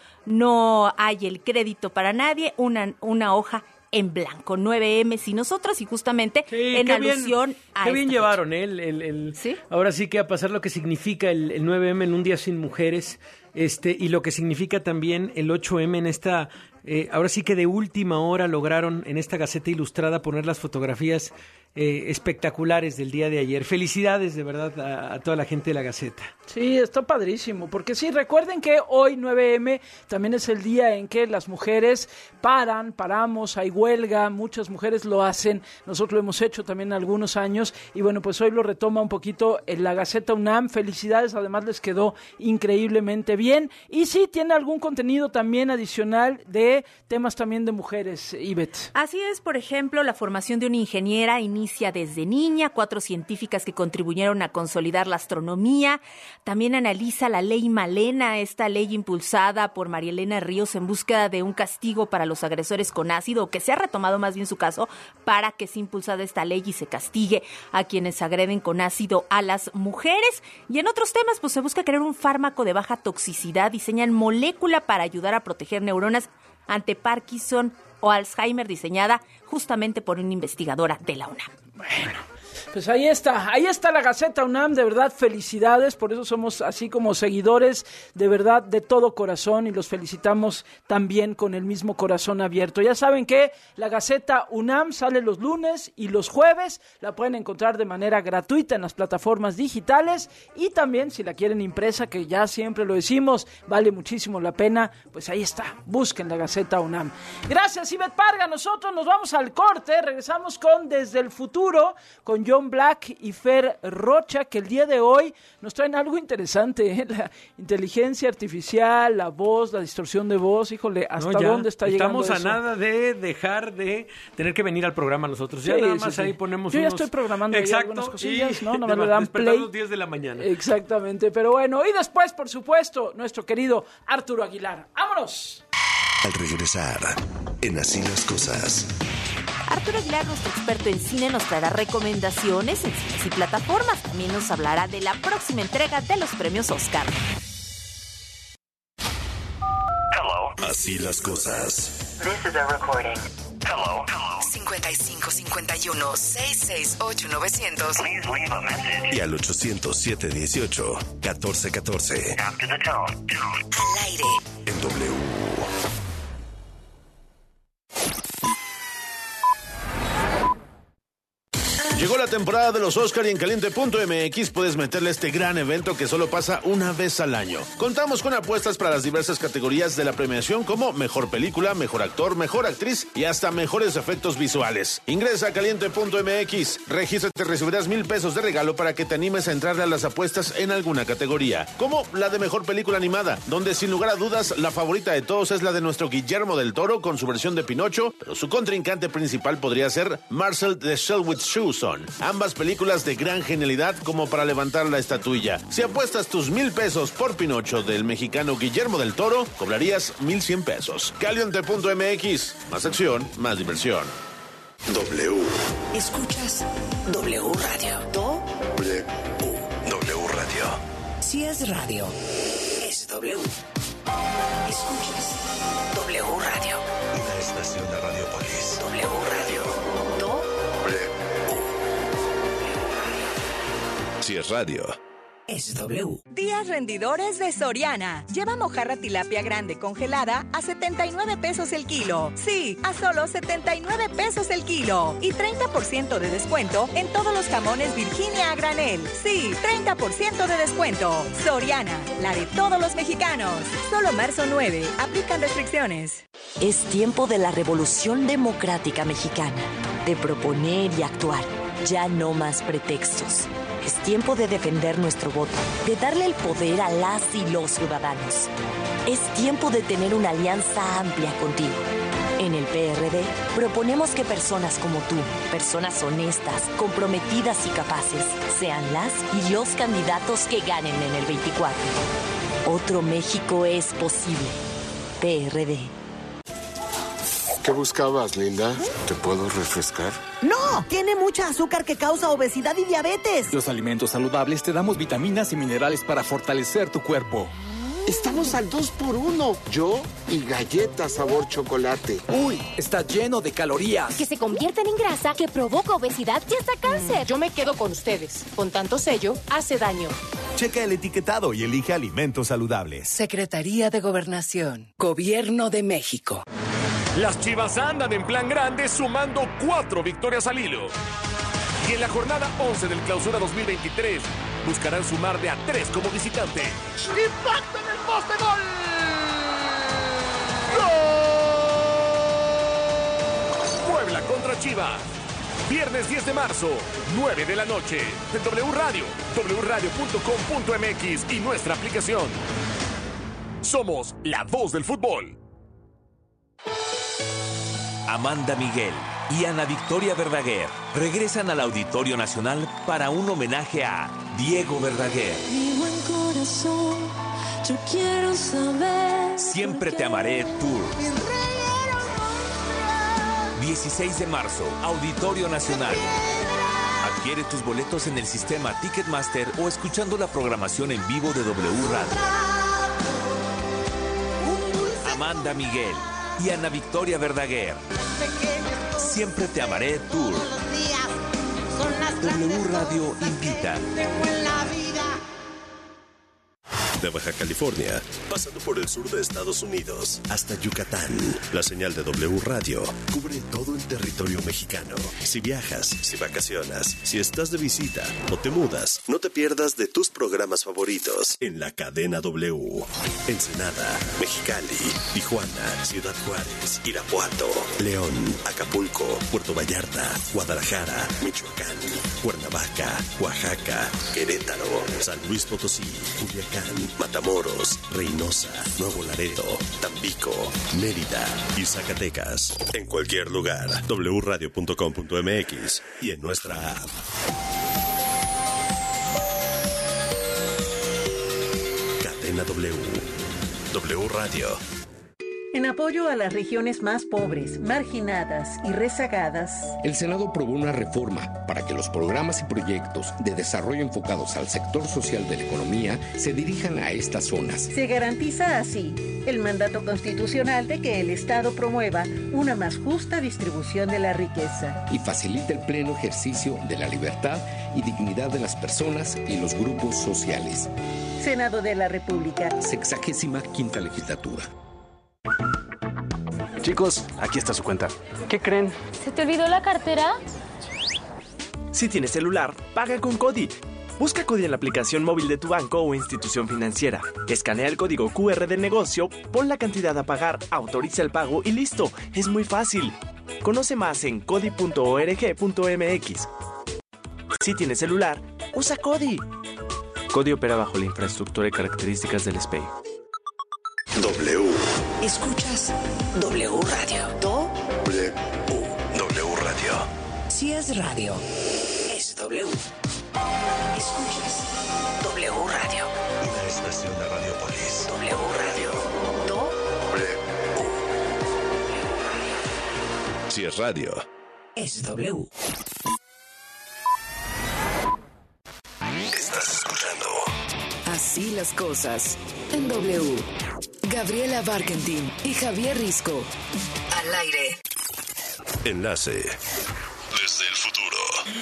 no hay el crédito para nadie, una, una hoja en blanco, nueve eme y nosotros, y justamente Sí, en qué bien, alusión a Qué bien esta llevaron, ¿eh? El, el, el- ¿Sí? Ahora sí que a pasar lo que significa el, el nueve eme en un día sin mujeres, este, y lo que significa también el ocho eme en esta, eh, ahora sí que de última hora lograron en esta Gaceta Ilustrada poner las fotografías eh, espectaculares del día de ayer. Felicidades de verdad a, a toda la gente de la Gaceta. Sí, está padrísimo, porque sí, recuerden que hoy nueve eme también es el día en que las mujeres paran, paramos, hay huelga, muchas mujeres lo hacen, nosotros lo hemos hecho también algunos años, y bueno, pues hoy lo retoma un poquito en la Gaceta UNAM. Felicidades, además les quedó increíblemente bien, y sí, tiene algún contenido también adicional de temas también de mujeres, Ivette. Así es, por ejemplo, la formación de una ingeniera inicia desde niña, cuatro científicas que contribuyeron a consolidar la astronomía. También analiza la ley Malena, esta ley impulsada por María Elena Ríos en búsqueda de un castigo para los agresores con ácido, o que se ha retomado más bien su caso para que sea impulsada esta ley y se castigue a quienes agreden con ácido a las mujeres. Y en otros temas, pues se busca crear un fármaco de baja toxicidad, diseñan molécula para ayudar a proteger neuronas ante Parkinson o Alzheimer, diseñada justamente por una investigadora de la UNAM. Bueno, pues ahí está, ahí está la Gaceta UNAM, de verdad felicidades, por eso somos así como seguidores de verdad de todo corazón y los felicitamos también con el mismo corazón abierto. Ya saben que la Gaceta UNAM sale los lunes y los jueves, la pueden encontrar de manera gratuita en las plataformas digitales y también si la quieren impresa, que ya siempre lo decimos, vale muchísimo la pena, pues ahí está, busquen la Gaceta UNAM. Gracias, Ivette Parga, nosotros nos vamos al corte, regresamos con Desde el Futuro, con Yo Aaron Black y Fer Rocha, que el día de hoy nos traen algo interesante, ¿eh? La inteligencia artificial, la voz, la distorsión de voz, híjole, ¿hasta no, ya, dónde está llegando estamos eso? a nada de dejar de tener que venir al programa nosotros. Ya Sí, nada sí, más sí. ahí ponemos Yo ya unos... estoy programando ahí Exacto, algunas cosillas, y ¿no? Nomás le dan despertar play. los diez de la mañana. Exactamente, pero bueno, y después, por supuesto, nuestro querido Arturo Aguilar. ¡Vámonos! Al regresar, en Así las Cosas. Arturo Aguilar, nuestro experto en cine, nos traerá recomendaciones en cines y plataformas. También nos hablará de la próxima entrega de los premios Oscar. Hello. Así las cosas. This is a recording. Hello. cincuenta y cinco cincuenta y uno, sesenta y seis ocho, novecientos. Please leave a message. Y al ochocientos, siete dieciocho, catorce catorce. After the tone. Al aire. En W. Llegó la temporada de los Oscar y en caliente punto m x puedes meterle a este gran evento que solo pasa una vez al año. Contamos con apuestas para las diversas categorías de la premiación como Mejor Película, Mejor Actor, Mejor Actriz y hasta Mejores Efectos Visuales. Ingresa a caliente punto m x, regístrate y recibirás mil pesos de regalo para que te animes a entrarle a las apuestas en alguna categoría, como la de Mejor Película Animada, donde sin lugar a dudas la favorita de todos es la de nuestro Guillermo del Toro con su versión de Pinocho, pero su contrincante principal podría ser Marcel the Shell with Shoes On. Ambas películas de gran genialidad como para levantar la estatuilla. Si apuestas tus mil pesos por Pinocho del mexicano Guillermo del Toro, cobrarías mil cien pesos. caliente punto m x, más acción, más diversión. W. Escuchas W Radio. W. W Radio. Si es radio, es W. Escuchas W Radio. Una estación de Radiopolis. W Radio. Do. Si es radio, es W. Días rendidores de Soriana. Lleva mojarra tilapia grande congelada a setenta y nueve pesos el kilo. Sí, a solo setenta y nueve pesos el kilo. Y treinta por ciento de descuento en todos los jamones Virginia a granel. Sí, treinta por ciento de descuento. Soriana, la de todos los mexicanos. Solo marzo nueve. Aplican restricciones. Es tiempo de la revolución democrática mexicana. De proponer y actuar. Ya no más pretextos. Es tiempo de defender nuestro voto, de darle el poder a las y los ciudadanos. Es tiempo de tener una alianza amplia contigo. En el P R D proponemos que personas como tú, personas honestas, comprometidas y capaces, sean las y los candidatos que ganen en el veinticuatro. Otro México es posible. P R D. ¿Qué buscabas, Linda? ¿Te puedo refrescar? ¡No! Tiene mucha azúcar que causa obesidad y diabetes. Los alimentos saludables te damos vitaminas y minerales para fortalecer tu cuerpo. Estamos al dos por uno. Yo y galletas sabor chocolate. Uy, está lleno de calorías. Que se convierten en grasa, que provoca obesidad y hasta cáncer. Mm, yo me quedo con ustedes. Con tanto sello, hace daño. Checa el etiquetado y elige alimentos saludables. Secretaría de Gobernación. Gobierno de México. Las Chivas andan en plan grande sumando cuatro victorias al hilo. Y en la jornada once del Clausura dos mil veintitrés buscarán sumar de a tres como visitante. ¡Impacto en el poste! ¡Gol! ¡Gol! Puebla contra Chivas. Viernes diez de marzo, nueve de la noche. En W Radio, w radio punto com punto m x y nuestra aplicación. Somos la voz del fútbol. Amanda Miguel y Ana Victoria Verdaguer regresan al Auditorio Nacional para un homenaje a Diego Verdaguer. Mi buen corazón, yo quiero saber. Siempre te amaré Tour. dieciséis de marzo, Auditorio Nacional. Adquiere tus boletos en el sistema Ticketmaster o escuchando la programación en vivo de W Radio. Amanda Miguel y Ana Victoria Verdaguer. Siempre te amaré Tour. W Radio invita. De Baja California, pasando por el sur de Estados Unidos, hasta Yucatán. La señal de W Radio cubre todo el territorio mexicano. Si viajas, si vacacionas, si estás de visita o te mudas, no te pierdas de tus programas favoritos en la cadena W. Ensenada, Mexicali, Tijuana, Ciudad Juárez, Irapuato, León, Acapulco, Puerto Vallarta, Guadalajara, Michoacán, Cuernavaca, Oaxaca, Querétaro, San Luis Potosí, Culiacán, Matamoros, Reynosa, Nuevo Laredo, Tampico, Mérida y Zacatecas. En cualquier lugar, doble u radio punto com punto m x y en nuestra app. Cadena W. W Radio. En apoyo a las regiones más pobres, marginadas y rezagadas, el Senado aprobó una reforma para que los programas y proyectos de desarrollo enfocados al sector social de la economía se dirijan a estas zonas. Se garantiza así el mandato constitucional de que el Estado promueva una más justa distribución de la riqueza y facilita el pleno ejercicio de la libertad y dignidad de las personas y los grupos sociales. Senado de la República. Sexagésima quinta legislatura. Chicos, aquí está su cuenta. ¿Qué creen? ¿Se te olvidó la cartera? Si tienes celular, paga con Cody. Busca Cody en la aplicación móvil de tu banco o institución financiera. Escanea el código cu erre del negocio, pon la cantidad a pagar, autoriza el pago y listo. Es muy fácil. Conoce más en cody punto org punto m x. Si tienes celular, usa Cody. Cody opera bajo la infraestructura y características del S P E I. W. Escuchas W Radio. Do. W. W Radio. Si es radio, es W. Escuchas W Radio. Una estación de Radiopolis. W Radio. Do. W. Si es radio, es W. Estás escuchando Así las cosas en W. Gabriela Barkentin y Javier Risco. Al aire. Enlace desde el futuro.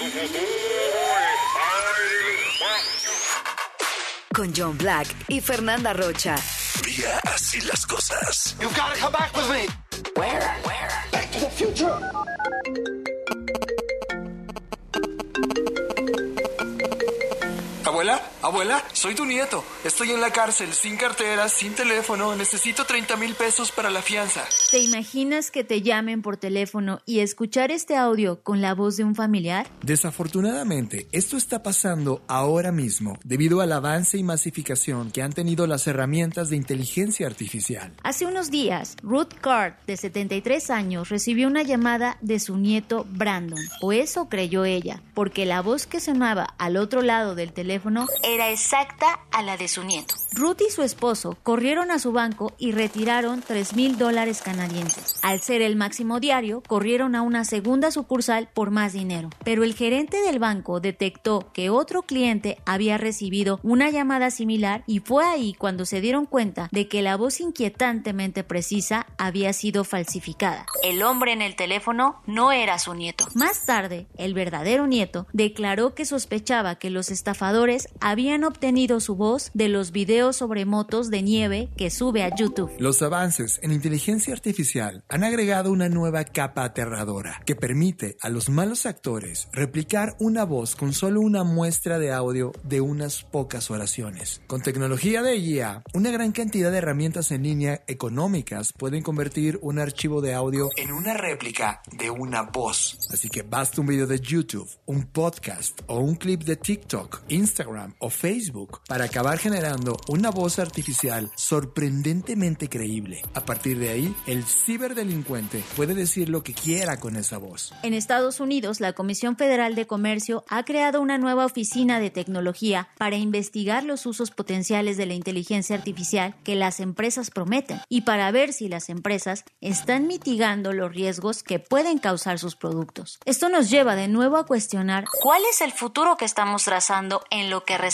Con John Black y Fernanda Rocha. Vía Así las cosas. You gotta come back with me. Where? Where? Back to the future. Abuela, abuela, soy tu nieto. Estoy en la cárcel, sin cartera, sin teléfono. Necesito treinta mil pesos para la fianza. ¿Te imaginas que te llamen por teléfono y escuchar este audio con la voz de un familiar? Desafortunadamente, esto está pasando ahora mismo debido al avance y masificación que han tenido las herramientas de inteligencia artificial. Hace unos días, Ruth Card, de setenta y tres años, recibió una llamada de su nieto Brandon, o eso creyó ella, porque la voz que sonaba al otro lado del teléfono era exacta a la de su nieto. Ruth y su esposo corrieron a su banco y retiraron tres mil dólares canadienses. Al ser el máximo diario, corrieron a una segunda sucursal por más dinero. Pero el gerente del banco detectó que otro cliente había recibido una llamada similar y fue ahí cuando se dieron cuenta de que la voz inquietantemente precisa había sido falsificada. El hombre en el teléfono no era su nieto. Más tarde, el verdadero nieto declaró que sospechaba que los estafadores habían obtenido su voz de los videos sobre motos de nieve que sube a YouTube. Los avances en inteligencia artificial han agregado una nueva capa aterradora que permite a los malos actores replicar una voz con solo una muestra de audio de unas pocas oraciones. Con tecnología de I A, una gran cantidad de herramientas en línea económicas pueden convertir un archivo de audio en una réplica de una voz. Así que basta un video de YouTube, un podcast o un clip de TikTok, Instagram o Facebook para acabar generando una voz artificial sorprendentemente creíble. A partir de ahí, el ciberdelincuente puede decir lo que quiera con esa voz. En Estados Unidos, la Comisión Federal de Comercio ha creado una nueva oficina de tecnología para investigar los usos potenciales de la inteligencia artificial que las empresas prometen y para ver si las empresas están mitigando los riesgos que pueden causar sus productos. Esto nos lleva de nuevo a cuestionar ¿cuál es el futuro que estamos trazando en lo que respecta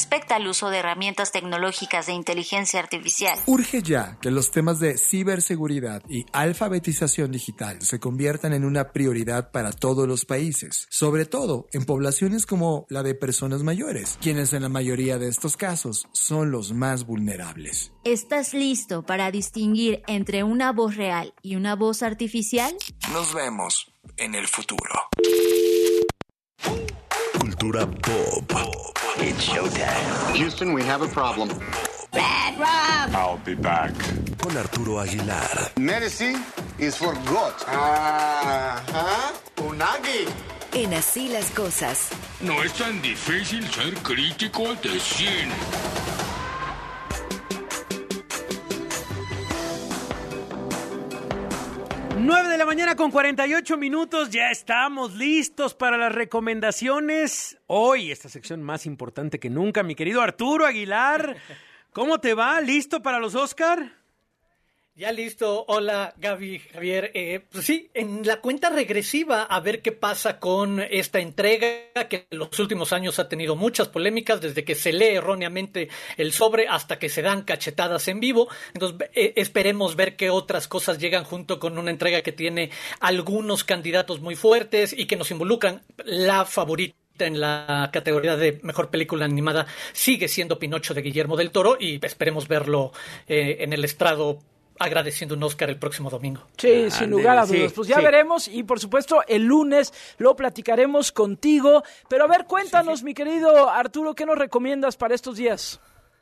respecta al uso de herramientas tecnológicas de inteligencia artificial. Urge ya que los temas de ciberseguridad y alfabetización digital se conviertan en una prioridad para todos los países, sobre todo en poblaciones como la de personas mayores, quienes en la mayoría de estos casos son los más vulnerables. ¿Estás listo para distinguir entre una voz real y una voz artificial? Nos vemos en el futuro. Cultura pop. It's showtime. Houston, we have a problem. Bad Rob. I'll be back. Con Arturo Aguilar. Medicine is for God. Ajá. Unagi. En Así las Cosas. No es tan difícil ser crítico de cine. nueve de la mañana con cuarenta y ocho minutos, ya estamos listos para las recomendaciones. Hoy, esta sección más importante que nunca, mi querido Arturo Aguilar. ¿Cómo te va? ¿Listo para los Oscar? Ya listo. Hola, Gaby, Javier. Eh, pues sí, en la cuenta regresiva a ver qué pasa con esta entrega que en los últimos años ha tenido muchas polémicas, desde que se lee erróneamente el sobre hasta que se dan cachetadas en vivo. Entonces, eh, esperemos ver qué otras cosas llegan junto con una entrega que tiene algunos candidatos muy fuertes y que nos involucran. La favorita en la categoría de mejor película animada sigue siendo Pinocho de Guillermo del Toro y esperemos verlo eh, en el estrado agradeciendo un Oscar el próximo domingo. Sí, ah, sin lugar a dudas. Sí, pues ya sí. veremos y por supuesto el lunes lo platicaremos contigo. Pero a ver, cuéntanos, sí, sí. mi querido Arturo, ¿qué nos recomiendas para estos días?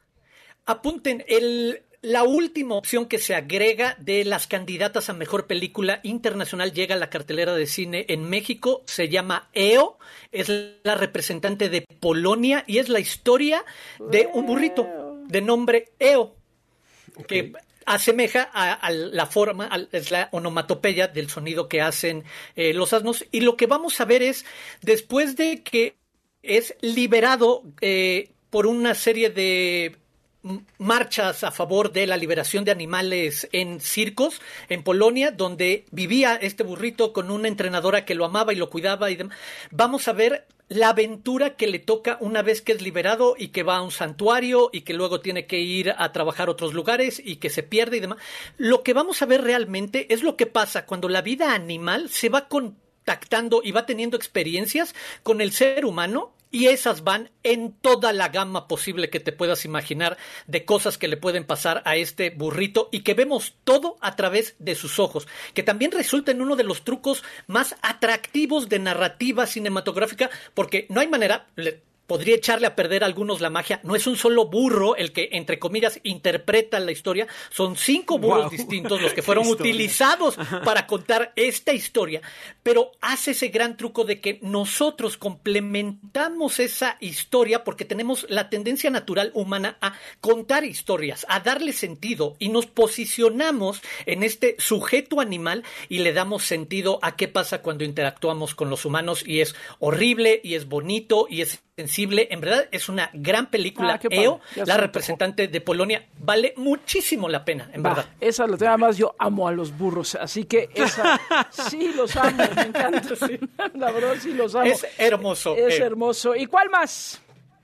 Apunten, el... La última opción que se agrega de las candidatas a Mejor Película Internacional llega a la cartelera de cine en México. Se llama E O, es la representante de Polonia y es la historia de un burrito de nombre E O, okay. que asemeja a, a la forma, a, es la onomatopeya del sonido que hacen eh, los asnos. Y lo que vamos a ver es, después de que es liberado eh, por una serie de marchas a favor de la liberación de animales en circos en Polonia, donde vivía este burrito con una entrenadora que lo amaba y lo cuidaba y demás. Vamos a ver la aventura que le toca una vez que es liberado y que va a un santuario y que luego tiene que ir a trabajar a otros lugares y que se pierde y demás. Lo que vamos a ver realmente es lo que pasa cuando la vida animal se va contactando y va teniendo experiencias con el ser humano. Y esas van en toda la gama posible que te puedas imaginar de cosas que le pueden pasar a este burrito y que vemos todo a través de sus ojos, que también resulta en uno de los trucos más atractivos de narrativa cinematográfica, porque no hay manera... Le, podría echarle a perder a algunos la magia. No es un solo burro el que, entre comillas, interpreta la historia. Son cinco burros wow. distintos los que fueron utilizados para contar esta historia. Pero hace ese gran truco de que nosotros complementamos esa historia porque tenemos la tendencia natural humana a contar historias, a darle sentido y nos posicionamos en este sujeto animal y le damos sentido a qué pasa cuando interactuamos con los humanos y es horrible y es bonito y es sensible. En verdad es una gran película. ah, E O, la representante de Polonia, vale muchísimo la pena, en Va, verdad. Esa lo tengo, además yo amo a los burros, así que esa sí los amo, me encanta, sí. La verdad sí los amo. Es hermoso. Es eh. hermoso. ¿Y cuál más?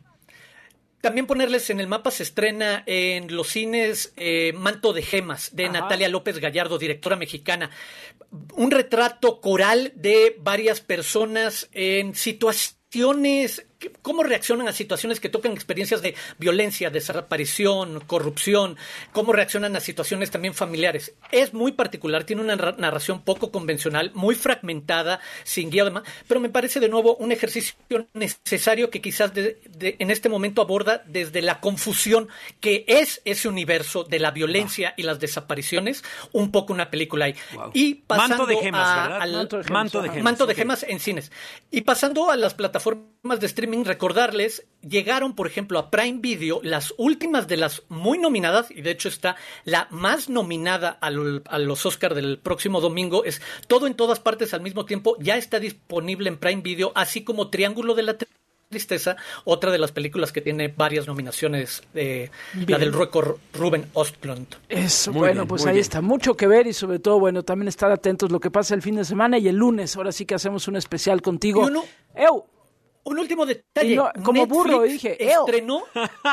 También ponerles en el mapa, se estrena en los cines eh, Manto de Gemas, de Ajá. Natalia López Gallardo, directora mexicana. Un retrato coral de varias personas en situaciones... cómo reaccionan a situaciones que tocan experiencias de violencia, desaparición, corrupción, cómo reaccionan a situaciones también familiares. Es muy particular, tiene una narración poco convencional, muy fragmentada, sin guía además, pero me parece de nuevo un ejercicio necesario que quizás de, de, en este momento aborda desde la confusión que es ese universo de la violencia wow. y las desapariciones, un poco una película ahí. Wow. Y pasando Manto de Gemas, a, ¿verdad? Al, Manto de Gemas, Manto de Gemas, Manto de okay. Gemas en cines. Y pasando a las plataformas de streaming, recordarles, llegaron por ejemplo a Prime Video las últimas de las muy nominadas, y de hecho está la más nominada al, a los Oscar del próximo domingo, es Todo en Todas Partes al Mismo Tiempo, ya está disponible en Prime Video, así como Triángulo de la Tristeza, otra de las películas que tiene varias nominaciones, eh, la del récord Ruben Östlund. Eso, muy bueno, bien, pues ahí bien. Está mucho que ver y sobre todo, bueno, también estar atentos lo que pasa el fin de semana y el lunes, ahora sí que hacemos un especial contigo. Y uno, ¡Ew! Un último detalle. No, como Netflix burro dije, estrenó.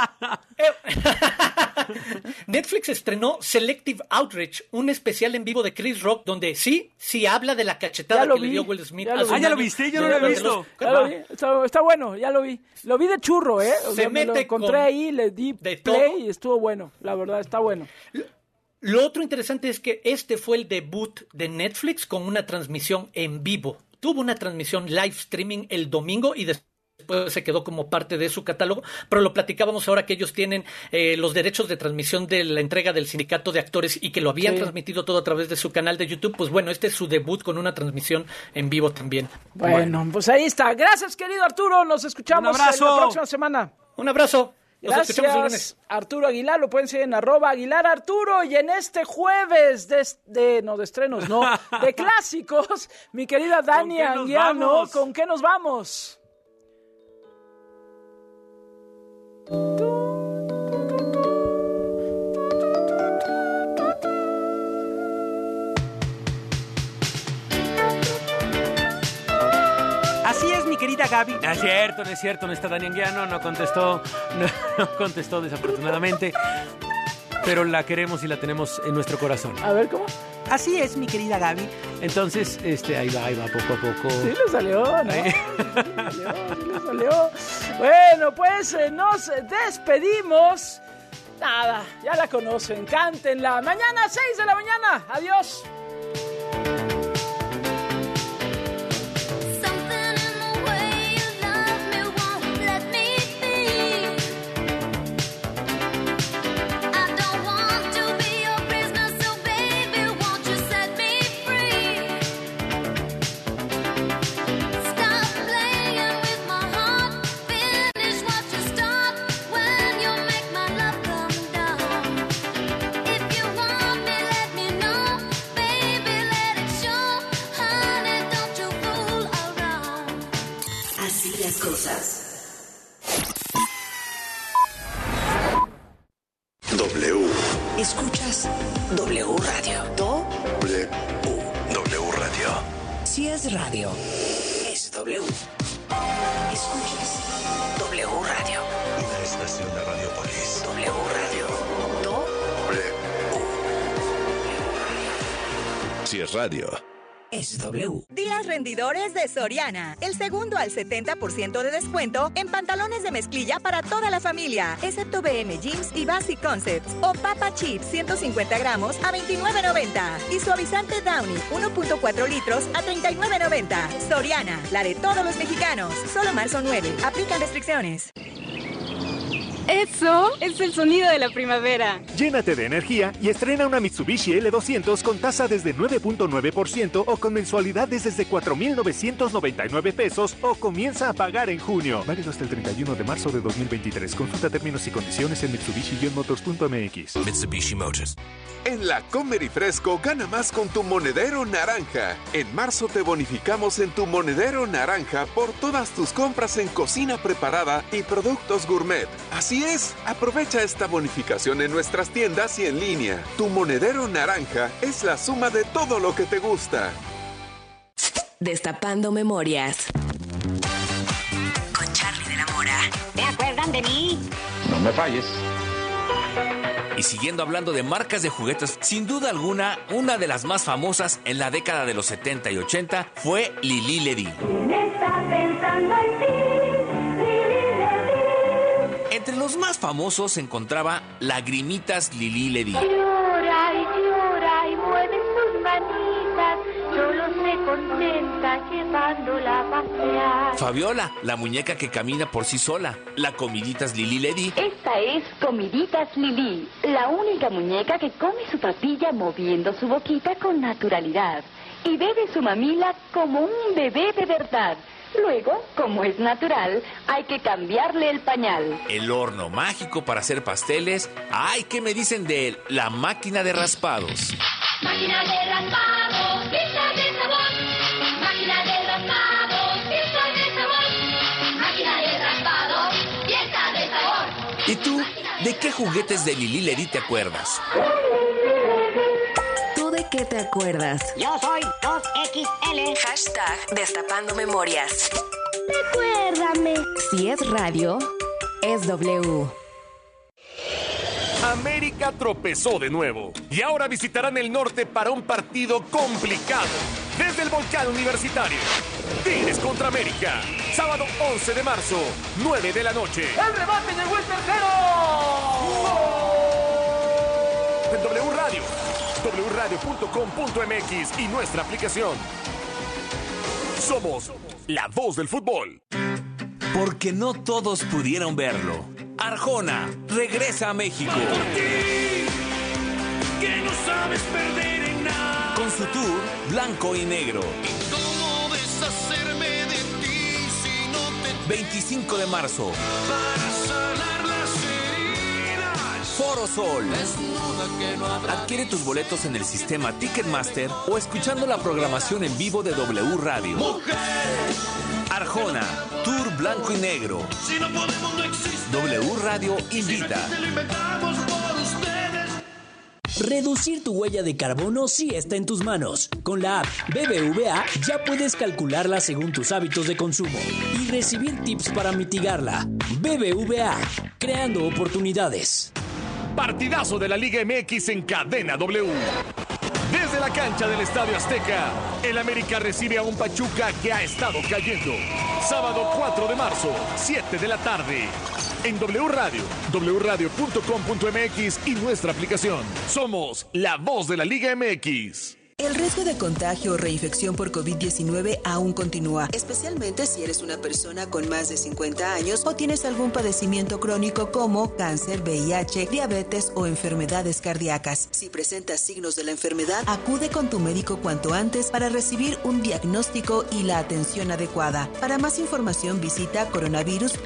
Netflix estrenó Selective Outrage, un especial en vivo de Chris Rock, donde sí, sí habla de la cachetada que vi, le dio Will Smith. Ah, ¿ya lo viste? Yo no lo he visto. Ya lo vi. Está, está bueno, ya lo vi. Lo vi de churro, ¿eh? O Se sea, me mete lo encontré ahí, le di play todo. Y estuvo bueno. La verdad, está bueno. Lo otro interesante es que este fue el debut de Netflix con una transmisión en vivo. Tuvo una transmisión live streaming el domingo y después se quedó como parte de su catálogo, pero lo platicábamos ahora que ellos tienen eh, los derechos de transmisión de la entrega del sindicato de actores y que lo habían sí. transmitido todo a través de su canal de YouTube. Pues bueno, este es su debut con una transmisión en vivo también. Bueno, bueno. pues ahí está. Gracias, querido Arturo. Nos escuchamos Un abrazo. la próxima semana. Un abrazo. Nos Gracias, Arturo Aguilar, lo pueden seguir en arroba Aguilar Arturo, y en este jueves de, de no de estrenos, no, de clásicos, mi querida Dani Anguiano, ¿con qué nos vamos? Así es, mi querida Gaby. No es cierto, no es cierto, no está Dani Anguiano, no contestó, no, no contestó desafortunadamente, pero la queremos y la tenemos en nuestro corazón. A ver, ¿cómo? Así es, mi querida Gaby. Entonces, este, ahí va, ahí va, poco a poco. Sí le salió, ¿no? Sí le salió, sí le salió. Bueno, pues eh, nos despedimos. Nada, ya la conocen, cántenla. Mañana, seis de la mañana. Adiós. W. Escuchas W Radio. Do. W. W Radio. Si es radio, es W. Escuchas W Radio. Una estación de Radiopolis. W Radio. Do. W. Si es radio, es W. Días rendidores de Soriana. El segundo al setenta por ciento de descuento en pantalones de mezclilla para toda la familia, excepto B M Jeans y Basic Concepts. O Papa Chips ciento cincuenta gramos a veintinueve noventa. Y suavizante Downy uno punto cuatro litros a treinta y nueve noventa. Soriana, la de todos los mexicanos. Solo marzo nueve. Aplican restricciones. Eso es el sonido de la primavera. Llénate de energía y estrena una Mitsubishi L doscientos con tasa desde nueve punto nueve por ciento o con mensualidades desde cuatro mil novecientos noventa y nueve pesos o comienza a pagar en junio. Válido hasta el treinta y uno de marzo de dos mil veintitrés. Consulta términos y condiciones en Mitsubishi Motors punto M X. Mitsubishi Motors. En la Comer y Fresco gana más con tu monedero naranja. En marzo te bonificamos en tu monedero naranja por todas tus compras en cocina preparada y productos gourmet. Así es, aprovecha esta bonificación en nuestras tiendas y en línea. Tu monedero naranja es la suma de todo lo que te gusta. Destapando memorias. Con Charlie de la Mora. ¿Te acuerdan de mí? No me falles. Y siguiendo hablando de marcas de juguetes, sin duda alguna, una de las más famosas en la década de los setenta y ochenta fue Lili Ledy. ¿Quién está pensando en ti? Entre los más famosos se encontraba Lagrimitas Lili Ledy. Llora y llora y mueve sus manitas, solo se contenta llevándola a pasear. Fabiola, la muñeca que camina por sí sola. La Comiditas Lili Ledy. Esta es Comiditas Lili, la única muñeca que come su papilla moviendo su boquita con naturalidad y bebe su mamila como un bebé de verdad. Luego, como es natural, hay que cambiarle el pañal. El horno mágico para hacer pasteles. ¡Ay! ¿Qué me dicen de la máquina de raspados? Máquina de raspados, pieza de sabor. Máquina de raspados, pieza de sabor. Máquina de raspados, pieza de sabor. ¿Y tú, de qué juguetes de Lili Ledy te acuerdas? ¿Tú de qué te acuerdas? Yo soy dos equis ele. Hashtag Destapando Memorias. Recuérdame. Si es radio, es W. América tropezó de nuevo y ahora visitarán el norte para un partido complicado. Desde el Volcán Universitario, Tigres contra América, sábado once de marzo, nueve de la noche. ¡El rebate llegó el tercero! En W Radio, w radio punto com punto m x y nuestra aplicación. Somos la voz del fútbol. Porque no todos pudieron verlo. Arjona regresa a México. Que no sabes perder en nada. Con su tour Blanco y Negro. ¿Cómo deshacerme de ti si no te... veinticinco de marzo. Para sanar las heridas. Foro Sol. Desnuda que no habrá... Adquiere tus boletos en el sistema Ticketmaster o escuchando la programación en vivo de W Radio. Mujer. Arjona, Tour Blanco y Negro. Si no podemos, no existe. W Radio invita. Si lo inventamos por ustedes. Reducir tu huella de carbono sí está en tus manos. Con la app B B V A ya puedes calcularla según tus hábitos de consumo y recibir tips para mitigarla. B B V A, creando oportunidades. Partidazo de la Liga M X en Cadena W. Desde la cancha del Estadio Azteca, el América recibe a un Pachuca que ha estado cayendo. Sábado cuatro de marzo, siete de la tarde. En W Radio, w radio punto com punto m x y nuestra aplicación. Somos la voz de la Liga M X. El riesgo de contagio o reinfección por COVID diecinueve aún continúa, especialmente si eres una persona con más de cincuenta años o tienes algún padecimiento crónico como cáncer, V I H, diabetes o enfermedades cardíacas. Si presentas signos de la enfermedad, acude con tu médico cuanto antes para recibir un diagnóstico y la atención adecuada. Para más información visita coronavirus